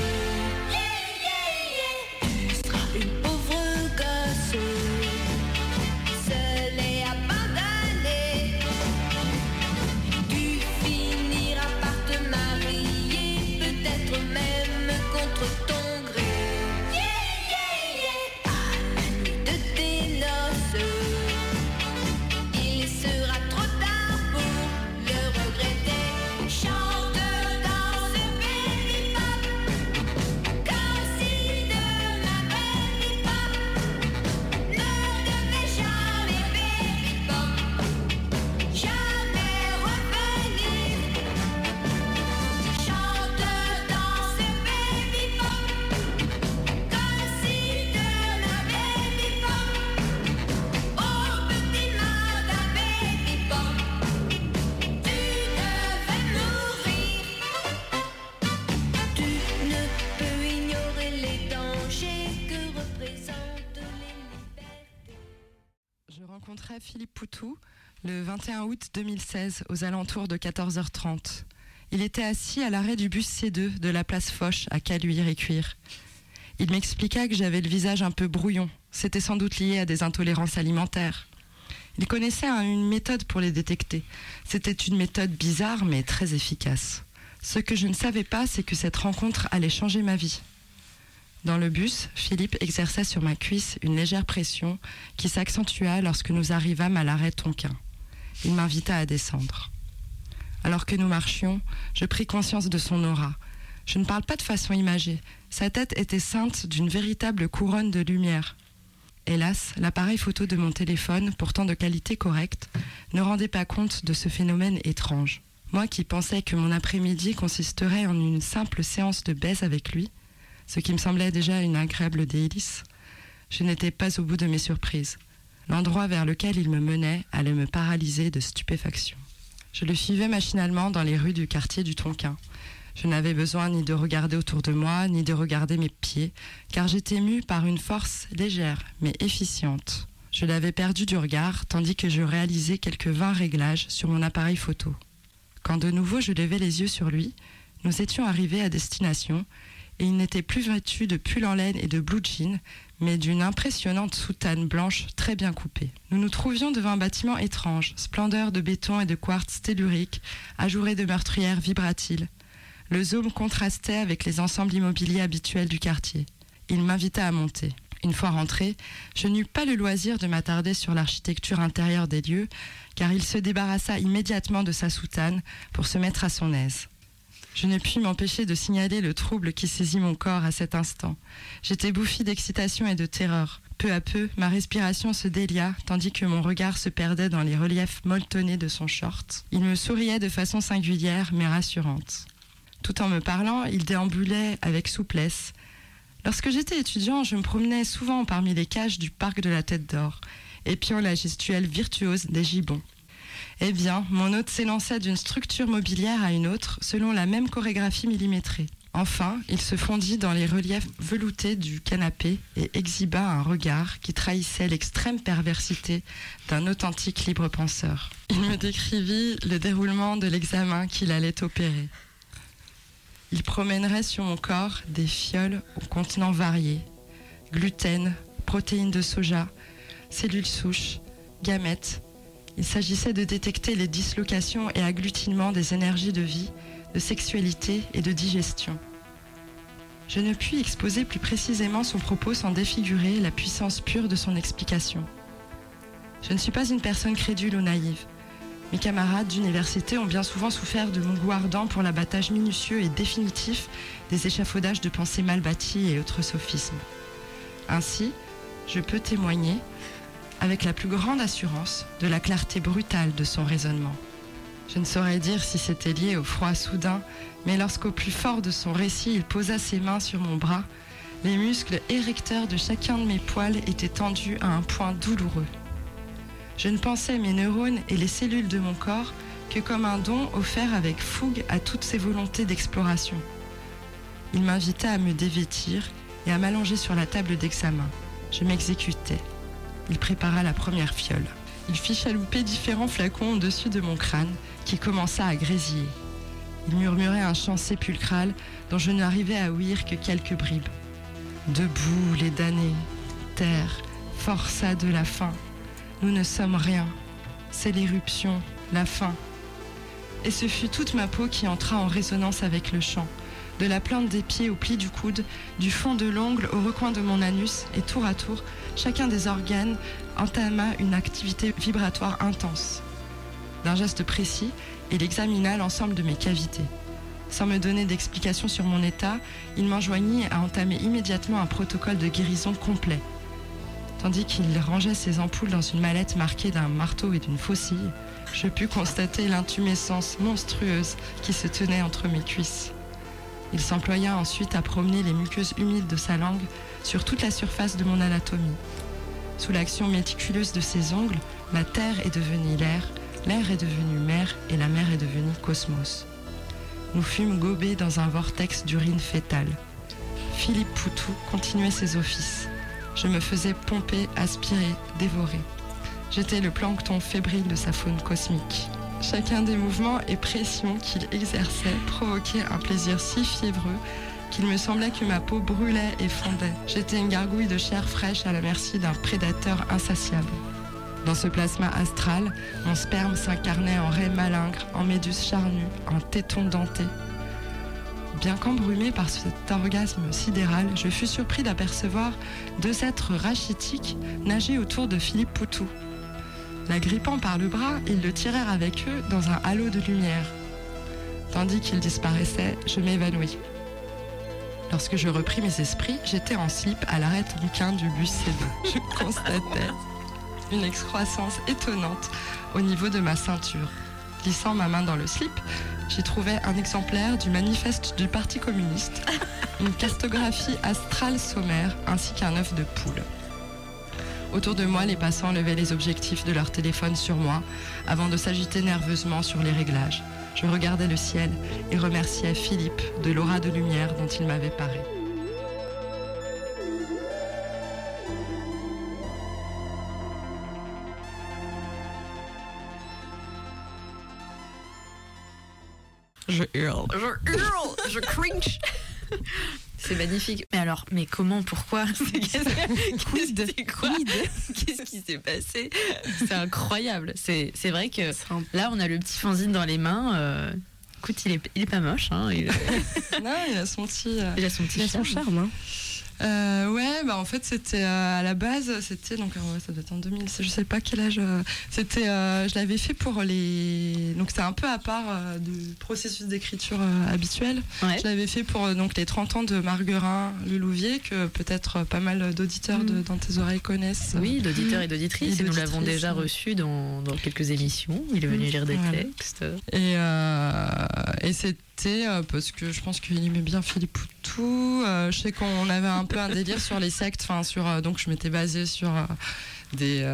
Tu seras une pauvre gosse, seule et abandonnée. Tu finiras par te marier, peut-être même contre ton gré. À la nuit de tes noces, il sera trop tard pour le regretter. Chante, danse, baby pop, comme si demain baby pop ne devait jamais baby pop, jamais revenir. Chante, danse, baby pop, comme si demain baby pop, au petit mar d'un baby pop, tu devais mourir. Tu ne peux ignorer les dangers que représentent les libertés. Je rencontrais Philippe Poutou le 21 août 2016 aux alentours de 14h30. Il était assis à l'arrêt du bus C2 de la place Foch à Caluire-et-Cuire. Il m'expliqua que j'avais le visage un peu brouillon. C'était sans doute lié à des intolérances alimentaires. Il connaissait une méthode pour les détecter. C'était une méthode bizarre mais très efficace. Ce que je ne savais pas, c'est que cette rencontre allait changer ma vie. Dans le bus, Philippe exerça sur ma cuisse une légère pression qui s'accentua lorsque nous arrivâmes à l'arrêt Tonquin. Il m'invita à descendre. Alors que nous marchions, je pris conscience de son aura. Je ne parle pas de façon imagée. Sa tête était ceinte d'une véritable couronne de lumière. Hélas, l'appareil photo de mon téléphone, pourtant de qualité correcte, ne rendait pas compte de ce phénomène étrange. Moi qui pensais que mon après-midi consisterait en une simple séance de baise avec lui, ce qui me semblait déjà une agréable délice, je n'étais pas au bout de mes surprises. L'endroit vers lequel il me menait allait me paralyser de stupéfaction. Je le suivais machinalement dans les rues du quartier du Tonquin. Je n'avais besoin ni de regarder autour de moi, ni de regarder mes pieds, car j'étais mue par une force légère, mais efficiente. Je l'avais perdu du regard, tandis que je réalisais quelques 20 réglages sur mon appareil photo. Quand de nouveau je levai les yeux sur lui, nous étions arrivés à destination, et il n'était plus vêtu de pull en laine et de blue jean, mais d'une impressionnante soutane blanche très bien coupée. Nous nous trouvions devant un bâtiment étrange, splendeur de béton et de quartz tellurique, ajouré de meurtrières vibratiles. Le zoom contrastait avec les ensembles immobiliers habituels du quartier. Il m'invita à monter. Une fois rentré, je n'eus pas le loisir de m'attarder sur l'architecture intérieure des lieux, car il se débarrassa immédiatement de sa soutane pour se mettre à son aise. Je ne puis m'empêcher de signaler le trouble qui saisit mon corps à cet instant. J'étais bouffie d'excitation et de terreur. Peu à peu, ma respiration se délia, tandis que mon regard se perdait dans les reliefs molletonnés de son short. Il me souriait de façon singulière, mais rassurante. Tout en me parlant, il déambulait avec souplesse. Lorsque j'étais étudiant, je me promenais souvent parmi les cages du parc de la Tête d'Or, épiant la gestuelle virtuose des gibbons. Eh bien, mon hôte s'élançait d'une structure mobilière à une autre, selon la même chorégraphie millimétrée. Enfin, il se fondit dans les reliefs veloutés du canapé et exhiba un regard qui trahissait l'extrême perversité d'un authentique libre penseur. Il me décrivit le déroulement de l'examen qu'il allait opérer. Il promènerait sur mon corps des fioles aux contenants variés. Gluten, protéines de soja, cellules souches, gamètes. Il s'agissait de détecter les dislocations et agglutinements des énergies de vie, de sexualité et de digestion. Je ne puis exposer plus précisément son propos sans défigurer la puissance pure de son explication. Je ne suis pas une personne crédule ou naïve. Mes camarades d'université ont bien souvent souffert de mon goût ardent pour l'abattage minutieux et définitif des échafaudages de pensées mal bâties et autres sophismes. Ainsi, je peux témoigner, avec la plus grande assurance, de la clarté brutale de son raisonnement. Je ne saurais dire si c'était lié au froid soudain, mais lorsqu'au plus fort de son récit, il posa ses mains sur mon bras, les muscles érecteurs de chacun de mes poils étaient tendus à un point douloureux. Je ne pensais mes neurones et les cellules de mon corps que comme un don offert avec fougue à toutes ses volontés d'exploration. Il m'invitait à me dévêtir et à m'allonger sur la table d'examen. Je m'exécutais. Il prépara la première fiole. Il fit chalouper différents flacons au-dessus de mon crâne, qui commença à grésiller. Il murmurait un chant sépulcral dont je n'arrivais à ouïr que quelques bribes. Debout, les damnés, terre, forçat de la faim. Nous ne sommes rien. C'est l'éruption, la faim. Et ce fut toute ma peau qui entra en résonance avec le chant. De la plante des pieds au pli du coude, du fond de l'ongle au recoin de mon anus, et tour à tour, chacun des organes entama une activité vibratoire intense. D'un geste précis, il examina l'ensemble de mes cavités. Sans me donner d'explication sur mon état, il m'enjoignit à entamer immédiatement un protocole de guérison complet. Tandis qu'il rangeait ses ampoules dans une mallette marquée d'un marteau et d'une faucille, je pus constater l'intumescence monstrueuse qui se tenait entre mes cuisses. Il s'employa ensuite à promener les muqueuses humides de sa langue sur toute la surface de mon anatomie. Sous l'action méticuleuse de ses ongles, la terre est devenue l'air est devenu mer et la mer est devenue cosmos. Nous fûmes gobés dans un vortex d'urine fétale. Philippe Poutou continuait ses offices. Je me faisais pomper, aspirer, dévorer. J'étais le plancton fébrile de sa faune cosmique. Chacun des mouvements et pressions qu'il exerçait provoquait un plaisir si fiévreux qu'il me semblait que ma peau brûlait et fondait. J'étais une gargouille de chair fraîche à la merci d'un prédateur insatiable. Dans ce plasma astral, mon sperme s'incarnait en raie malingre, en méduse charnue, en téton denté. Bien qu'embrumé par cet orgasme sidéral, je fus surpris d'apercevoir deux êtres rachitiques nager autour de Philippe Poutou. L'agrippant par le bras, ils le tirèrent avec eux dans un halo de lumière. Tandis qu'ils disparaissaient, je m'évanouis. Lorsque je repris mes esprits, j'étais en slip à l'arrêt tonquin du bus C2. Je constatais une excroissance étonnante au niveau de ma ceinture. Glissant ma main dans le slip, j'y trouvais un exemplaire du manifeste du Parti communiste, une cartographie astrale sommaire ainsi qu'un œuf de poule. Autour de moi, les passants levaient les objectifs de leur téléphone sur moi avant de s'agiter nerveusement sur les réglages. Je regardais le ciel et remerciais Philippe de l'aura de lumière dont il m'avait paré. Je hurle, je cringe. C'est magnifique. Mais alors, mais comment, pourquoi? Qu'est-ce qui s'est passé? C'est incroyable. C'est vrai que là, on a le petit fanzine dans les mains. Écoute, il est pas moche. Hein. Non, il a son petit il a son charme. Hein. Ouais, bah en fait c'était à la base, c'était donc ouais, ça doit être en 2000, je sais pas quel âge. C'était, je l'avais fait pour les, donc c'était un peu à part du processus d'écriture habituel. Ouais. Je l'avais fait pour donc les 30 ans de Marguerin Lelouvier, que peut-être pas mal d'auditeurs Dans tes oreilles connaissent. Oui, d'auditeurs et d'auditrices. Et nous l'avons déjà reçu dans quelques émissions. Il est venu lire des textes. Et c'était parce que je pense qu'il aimait bien Philippe Poutou. Je sais qu'on avait un peu un délire sur les sectes. Donc je m'étais basée sur des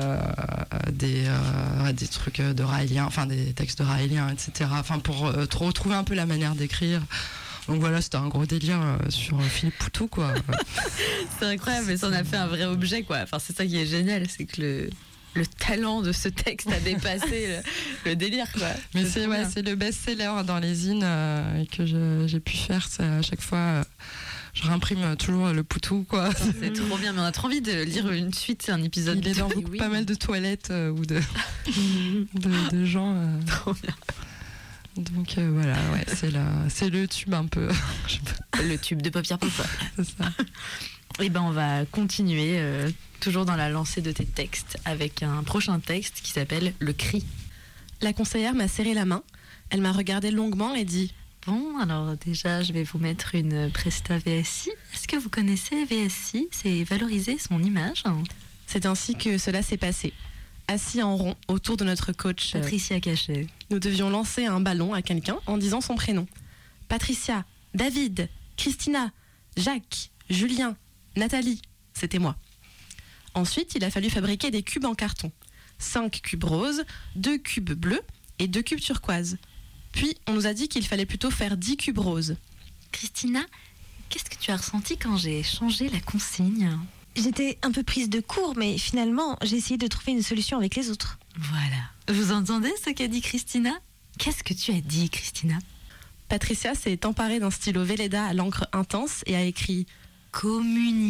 trucs de raéliens, enfin des textes de raéliens, etc. Enfin pour retrouver un peu la manière d'écrire. Donc voilà, c'était un gros délire sur Philippe Poutou, quoi. C'est incroyable, mais ça en a fait un vrai objet, quoi. Enfin, c'est ça qui est génial, c'est que le talent de ce texte a dépassé le délire, quoi. Mais c'est le best-seller dans les zines que j'ai pu faire. À chaque fois, je réimprime toujours le Poutou, quoi. C'est trop bien, mais on a trop envie de lire une suite, un épisode. Il est dans pas mal de toilettes ou de gens. Trop bien. Donc voilà, ouais, c'est le tube un peu. Le tube de paupières pop. C'est ça. Et ben on va continuer toujours dans la lancée de tes textes avec un prochain texte qui s'appelle Le Cri. La conseillère m'a serré la main. Elle m'a regardé longuement et dit: Bon, alors déjà, je vais vous mettre une presta VSI. Est-ce que vous connaissez VSI? C'est valoriser son image. C'est ainsi que cela s'est passé. Assis en rond autour de notre coach Patricia Cachet. Nous devions lancer un ballon à quelqu'un en disant son prénom. Patricia, David, Christina, Jacques, Julien, Nathalie, c'était moi. Ensuite, il a fallu fabriquer des cubes en carton. 5 cubes roses, 2 cubes bleus et 2 cubes turquoises. Puis, on nous a dit qu'il fallait plutôt faire 10 cubes roses. Christina, qu'est-ce que tu as ressenti quand j'ai changé la consigne ? J'étais un peu prise de court, mais finalement, j'ai essayé de trouver une solution avec les autres. Voilà. Vous entendez ce qu'a dit Christina ? Qu'est-ce que tu as dit, Christina ? Patricia s'est emparée d'un stylo Velleda à l'encre intense et a écrit « Communiquer ».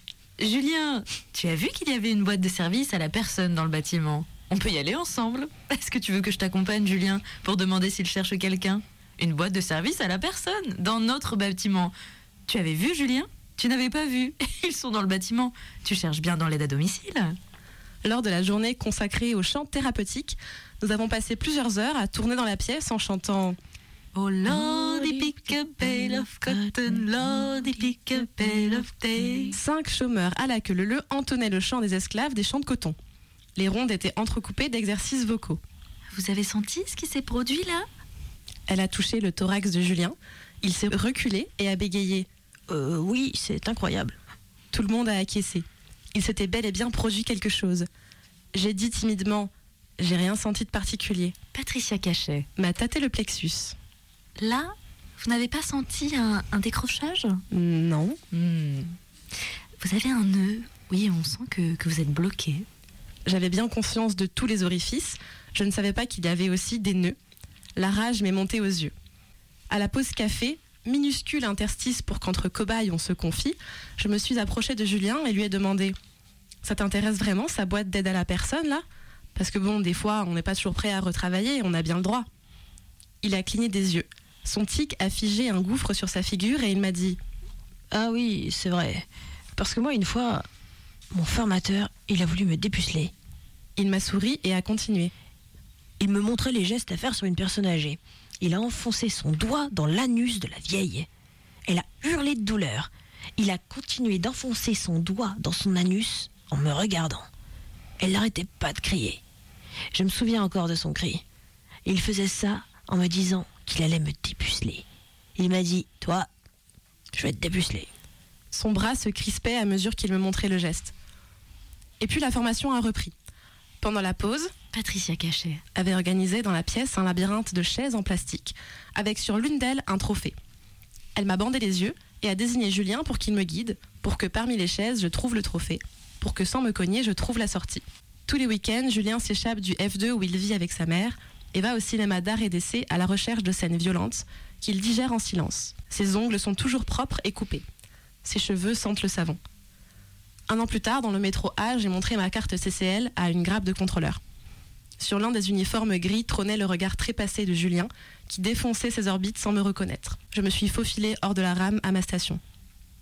Julien, tu as vu qu'il y avait une boîte de service à la personne dans le bâtiment ? On peut y aller ensemble. Est-ce que tu veux que je t'accompagne, Julien, pour demander s'il cherche quelqu'un ? Une boîte de service à la personne, dans notre bâtiment. Tu avais vu, Julien ? Tu n'avais pas vu. Ils sont dans le bâtiment. Tu cherches bien dans l'aide à domicile. Lors de la journée consacrée au chant thérapeutique, nous avons passé plusieurs heures à tourner dans la pièce en chantant « Oh Lordy, pick a bale of cotton, Lordy, pick a bale of day ». 5 chômeurs à la queue leu entonnaient le chant des esclaves des champs de coton. Les rondes étaient entrecoupées d'exercices vocaux. Vous avez senti ce qui s'est produit là ? Elle a touché le thorax de Julien. Il s'est reculé et a bégayé « Oui, c'est incroyable. » Tout le monde a acquiescé. Il s'était bel et bien produit quelque chose. J'ai dit timidement « J'ai rien senti de particulier ». Patricia Cachet m'a tâté le plexus. Là, vous n'avez pas senti un décrochage ? Non. Vous avez un nœud. Oui, on sent que vous êtes bloqué. J'avais bien conscience de tous les orifices. Je ne savais pas qu'il y avait aussi des nœuds. La rage m'est montée aux yeux. À la pause café, minuscule interstice pour qu'entre cobayes on se confie, je me suis approchée de Julien et lui ai demandé « Ça t'intéresse vraiment, sa boîte d'aide à la personne, là ? Parce que bon, des fois, on n'est pas toujours prêt à retravailler, on a bien le droit. » Il a cligné des yeux. Son tic a figé un gouffre sur sa figure et il m'a dit « Ah oui, c'est vrai. Parce que moi, une fois, mon formateur, il a voulu me dépuceler. » Il m'a souri et a continué. Il me montrait les gestes à faire sur une personne âgée. Il a enfoncé son doigt dans l'anus de la vieille. Elle a hurlé de douleur. Il a continué d'enfoncer son doigt dans son anus en me regardant. Elle n'arrêtait pas de crier. Je me souviens encore de son cri. Il faisait ça en me disant qu'il allait me dépuceler. Il m'a dit « Toi, je vais te dépuceler. » Son bras se crispait à mesure qu'il me montrait le geste. Et puis la formation a repris. Pendant la pause, Patricia Cachet avait organisé dans la pièce un labyrinthe de chaises en plastique, avec sur l'une d'elles un trophée. Elle m'a bandé les yeux et a désigné Julien pour qu'il me guide, pour que parmi les chaises je trouve le trophée, pour que sans me cogner je trouve la sortie. Tous les week-ends, Julien s'échappe du F2 où il vit avec sa mère et va au cinéma d'art et d'essai à la recherche de scènes violentes qu'il digère en silence. Ses ongles sont toujours propres et coupés. Ses cheveux sentent le savon. Un an plus tard, dans le métro A, j'ai montré ma carte CCL à une grappe de contrôleurs. Sur l'un des uniformes gris trônait le regard trépassé de Julien, qui défonçait ses orbites sans me reconnaître. Je me suis faufilée hors de la rame à ma station.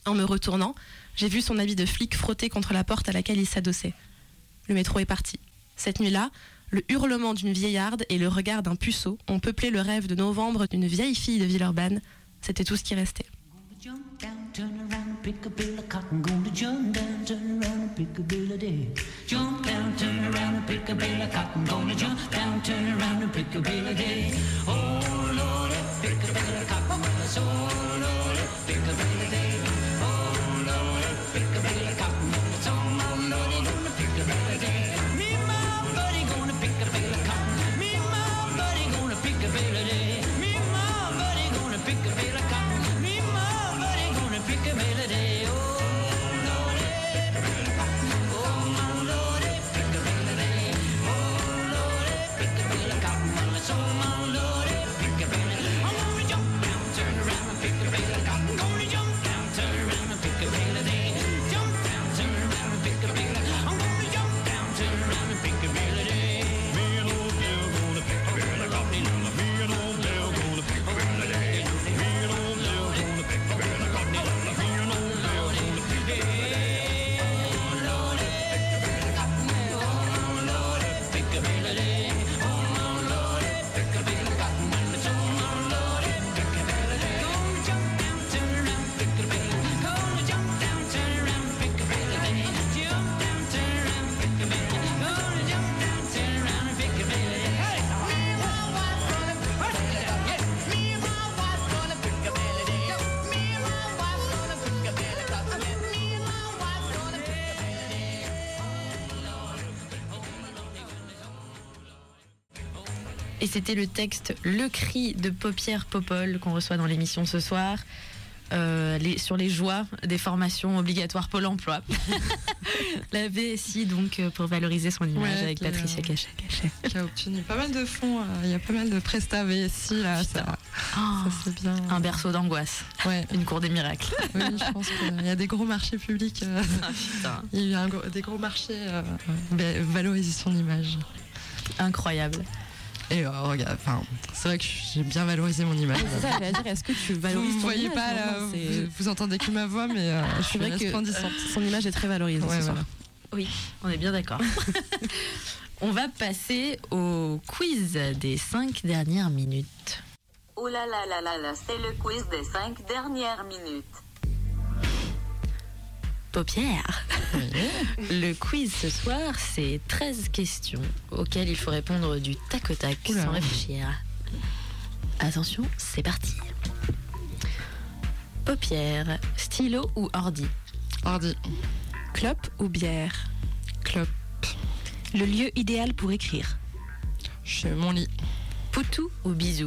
En me retournant, j'ai vu son habit de flic frotter contre la porte à laquelle il s'adossait. Le métro est parti. Cette nuit-là, le hurlement d'une vieillarde et le regard d'un puceau ont peuplé le rêve de novembre d'une vieille fille de Villeurbanne. C'était tout ce qui restait. Jump down, turn around, pick a bill of cotton. Gonna jump down, turn around, pick a bill of day. Jump down, turn around and pick a bill of cotton. Gonna jump down, turn around and pick a bill of day. Oh Lord, pick a bill of cotton. Oh Lord, pick a bill of day. Oh Lord, pick a bill of cotton. So my Lordy gonna pick a bill of day. Me and my buddy gonna pick a bill of cotton. Me and my buddy gonna pick a bill of day. Me and my buddy gonna pick a bill of cotton. Me and my buddy gonna pick a bill of day. Oh Lordy, oh my Lordy, pick a bill of day. Oh Lordy, pick a bill of cotton. So my Lordy, pick a bill of day. I'm gonna jump down, turn around and pick a bill of cotton. Gonna jump down, turn around and pick a bill of day. Jump down, turn around and pick a bill of day. I'm gonna jump down, turn around and pick a bill of day. Me and old Bill gonna pick a bill of cotton. Me and old Bill gonna pick a bill of day. Me and old Bill gonna pick a bill of cotton. Me and old Bill gonna pick a bill of day. Oh Lordy, oh Lordy, pick a bill of day. Oh Lordy, pick a bill of cotton. So my Lordy, pick a bill of day. Gonna jump down, turn around, pick a bill. Gonna jump down, turn around, pick a bill of day. Jump down, turn around, pick a bill. Gonna jump down, turn around and pick a bill of day. Hey, me and my wife gonna pick a bill of day. Me and my wife gonna pick a bill of day. Me and my wife gonna pick a bill of cotton. Me and my wife gonna pick a bill of day. Et c'était le texte Le Cri de Paupière Popol qu'on reçoit dans l'émission ce soir. Sur les joies des formations obligatoires Pôle emploi. La VSI, donc, pour valoriser son image avec Patricia Cachet. Qui a obtenu pas mal de fonds. Il y a pas mal de prestats VSI là. Ça c'est bien. Un berceau d'angoisse. Ouais. Une cour des miracles. Oui, je pense qu'il y a des gros marchés publics. Ah, putain. Il y a des gros marchés valoriser son image. Incroyable. Et regarde, c'est vrai que j'ai bien valorisé mon image. C'est ça, j'allais dire, est-ce que tu valorises Vous ton voyez image, pas là, vous entendez que ma voix, mais je suis C'est vrai que resplendissante. son image est très valorisée. Ouais, ce soir. voilà. Oui, on est bien d'accord. On va passer au quiz des 5 dernières minutes. Ouh là là là là là, c'est le quiz des 5 dernières minutes. Paupière. Le quiz ce soir, c'est 13 questions auxquelles il faut répondre du tac au tac sans réfléchir. Attention, c'est parti. Paupière, stylo ou ordi? Ordi. Clope ou bière? Clope. Le lieu idéal pour écrire. Chez mon lit. Poutou ou bisou?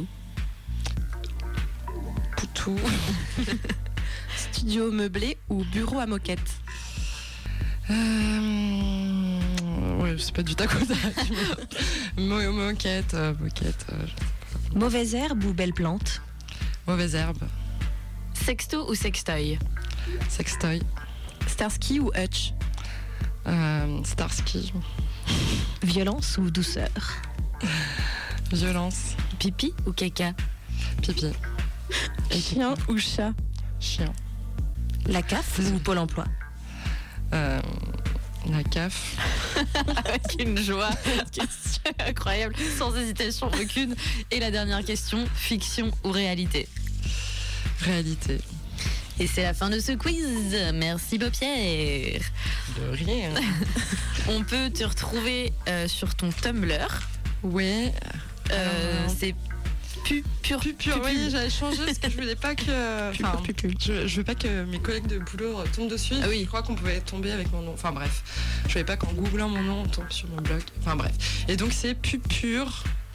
Poutou. Studio meublé ou bureau à moquette? Ouais, c'est pas du tac au tac. Moquette. Mauvaise herbe ou belle plante? Mauvaise herbe. Sexto ou sextoy? Sextoy. Starsky ou Hutch? Starsky. Violence ou douceur? Violence. Pipi ou caca? Pipi. Chien ou chat? Chien. La CAF ou Pôle emploi? La CAF. Avec une joie. Question incroyable, sans hésitation aucune. Et la dernière question, fiction ou réalité? Réalité. Et c'est la fin de ce quiz. Merci Paupière. De rien. On peut te retrouver sur ton Tumblr. Ouais. C'est pur. Oui, j'avais changé parce que je voulais pas que. Enfin, je veux pas que mes collègues de boulot tombent dessus. Ah oui. Je crois qu'on pouvait tomber avec mon nom. Enfin bref, je voulais pas qu'en googlant mon nom on tombe sur mon blog. Enfin bref. Et donc c'est pupule.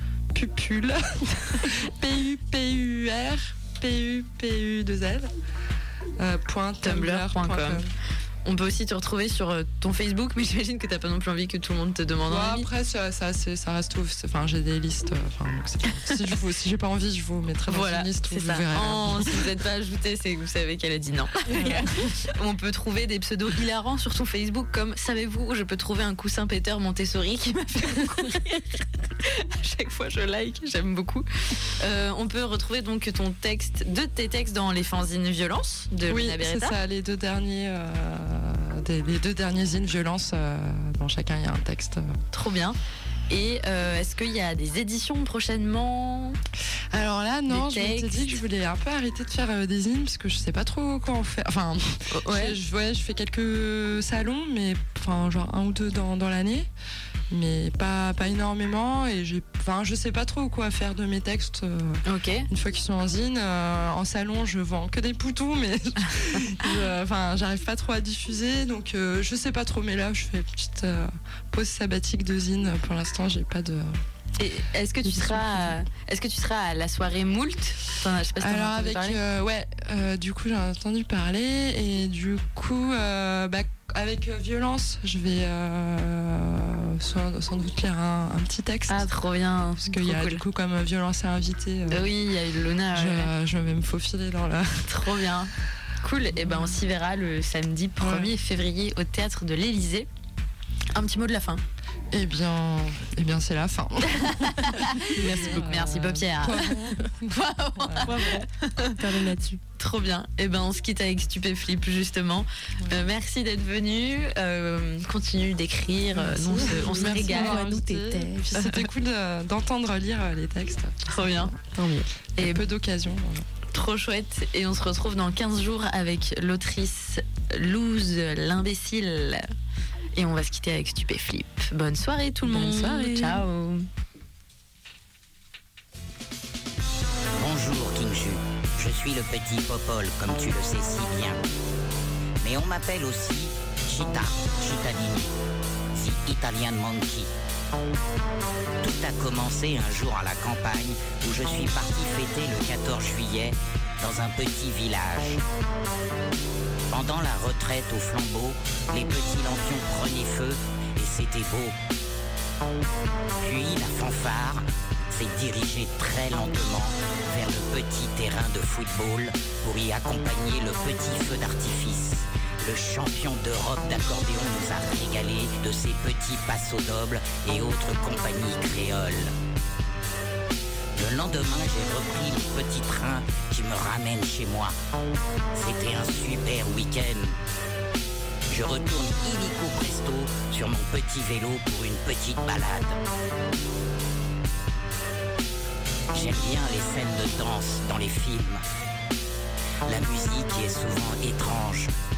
P-U-P-U-R P-U-P-U-2-L .tumblr.com. On peut aussi te retrouver sur ton Facebook, mais j'imagine que t'as pas non plus envie que tout le monde te demande. Après, ça reste ouf. Enfin, j'ai des listes. Donc si j'ai pas envie, je vous mettrai dans une liste où vous verrez. Si vous n'êtes pas ajouté, c'est que vous savez qu'elle a dit non. On peut trouver des pseudos hilarants sur ton Facebook, comme savez-vous, je peux trouver un coussin Peter Montessori qui m'a fait beaucoup rire. À chaque fois, je like, j'aime beaucoup. On peut retrouver donc tes textes dans les fanzines Violence de Oui, Luna c'est Beretta. ça, les deux derniers zines Violence, dans chacun il y a un texte. Trop bien. Et est-ce qu'il y a des éditions prochainement? Alors là, non, Des je m'étais textes. dit que je voulais un peu arrêter de faire des zines parce que je sais pas trop quoi en faire. Enfin, Ouais. je fais quelques salons, mais enfin, genre 1 ou 2 dans l'année, mais pas énormément. Et je sais pas trop quoi faire de mes textes Ok. une fois qu'ils sont en zine. En salon, je vends que des poutous, mais j'arrive pas trop à diffuser, donc je sais pas trop. Mais là, je fais une petite pause sabbatique de zine. Pour l'instant, j'ai pas de. Et est-ce que tu seras à la soirée Moult? Enfin, je sais pas si t'en as Alors entendu avec parler. du coup j'en ai entendu parler et du coup avec Violence je vais sans doute lire un petit texte Ah, trop bien. parce qu'il y a du coup comme Violence est invitée Oui, il y a eu Luna. Ouais. je vais me faufiler dans la. Trop bien. Cool. Et ben on s'y verra le samedi 1er février au théâtre de l'Élysée. Un petit mot de la fin. Eh bien c'est la fin. Merci beaucoup. Merci Paupière. Termine là-dessus. Trop bien. Et ben on se quitte avec Stupéflip justement. Merci d'être venu. Continue d'écrire. Nous, on se Merci régale. d'avoir nous tes invité. textes. Puis C'était cool d'entendre lire les textes. Trop bien. Tant mieux. Et Peu d'occasions. trop chouette. Et on se retrouve dans 15 jours avec l'autrice Luz l'imbécile. Et on va se quitter avec Stupéflip. Bonne soirée tout le Bonne monde. soirée. Ciao. Bonjour Kinju, je suis le petit Popol comme tu le sais si bien. Mais on m'appelle aussi Cittadini, The Italian Monkey. Tout a commencé un jour à la campagne où je suis parti fêter le 14 juillet dans un petit village. Pendant la retraite au flambeau, les petits lampions prenaient feu et c'était beau. Puis la fanfare s'est dirigée très lentement vers le petit terrain de football pour y accompagner le petit feu d'artifice. Le champion d'Europe d'accordéon nous a régalé de ses petits passos dobles et autres compagnies créoles. Le lendemain, j'ai repris le petit train qui me ramène chez moi. C'était un super week-end. Je retourne illico presto sur mon petit vélo pour une petite balade. J'aime bien les scènes de danse dans les films. La musique y est souvent étrange,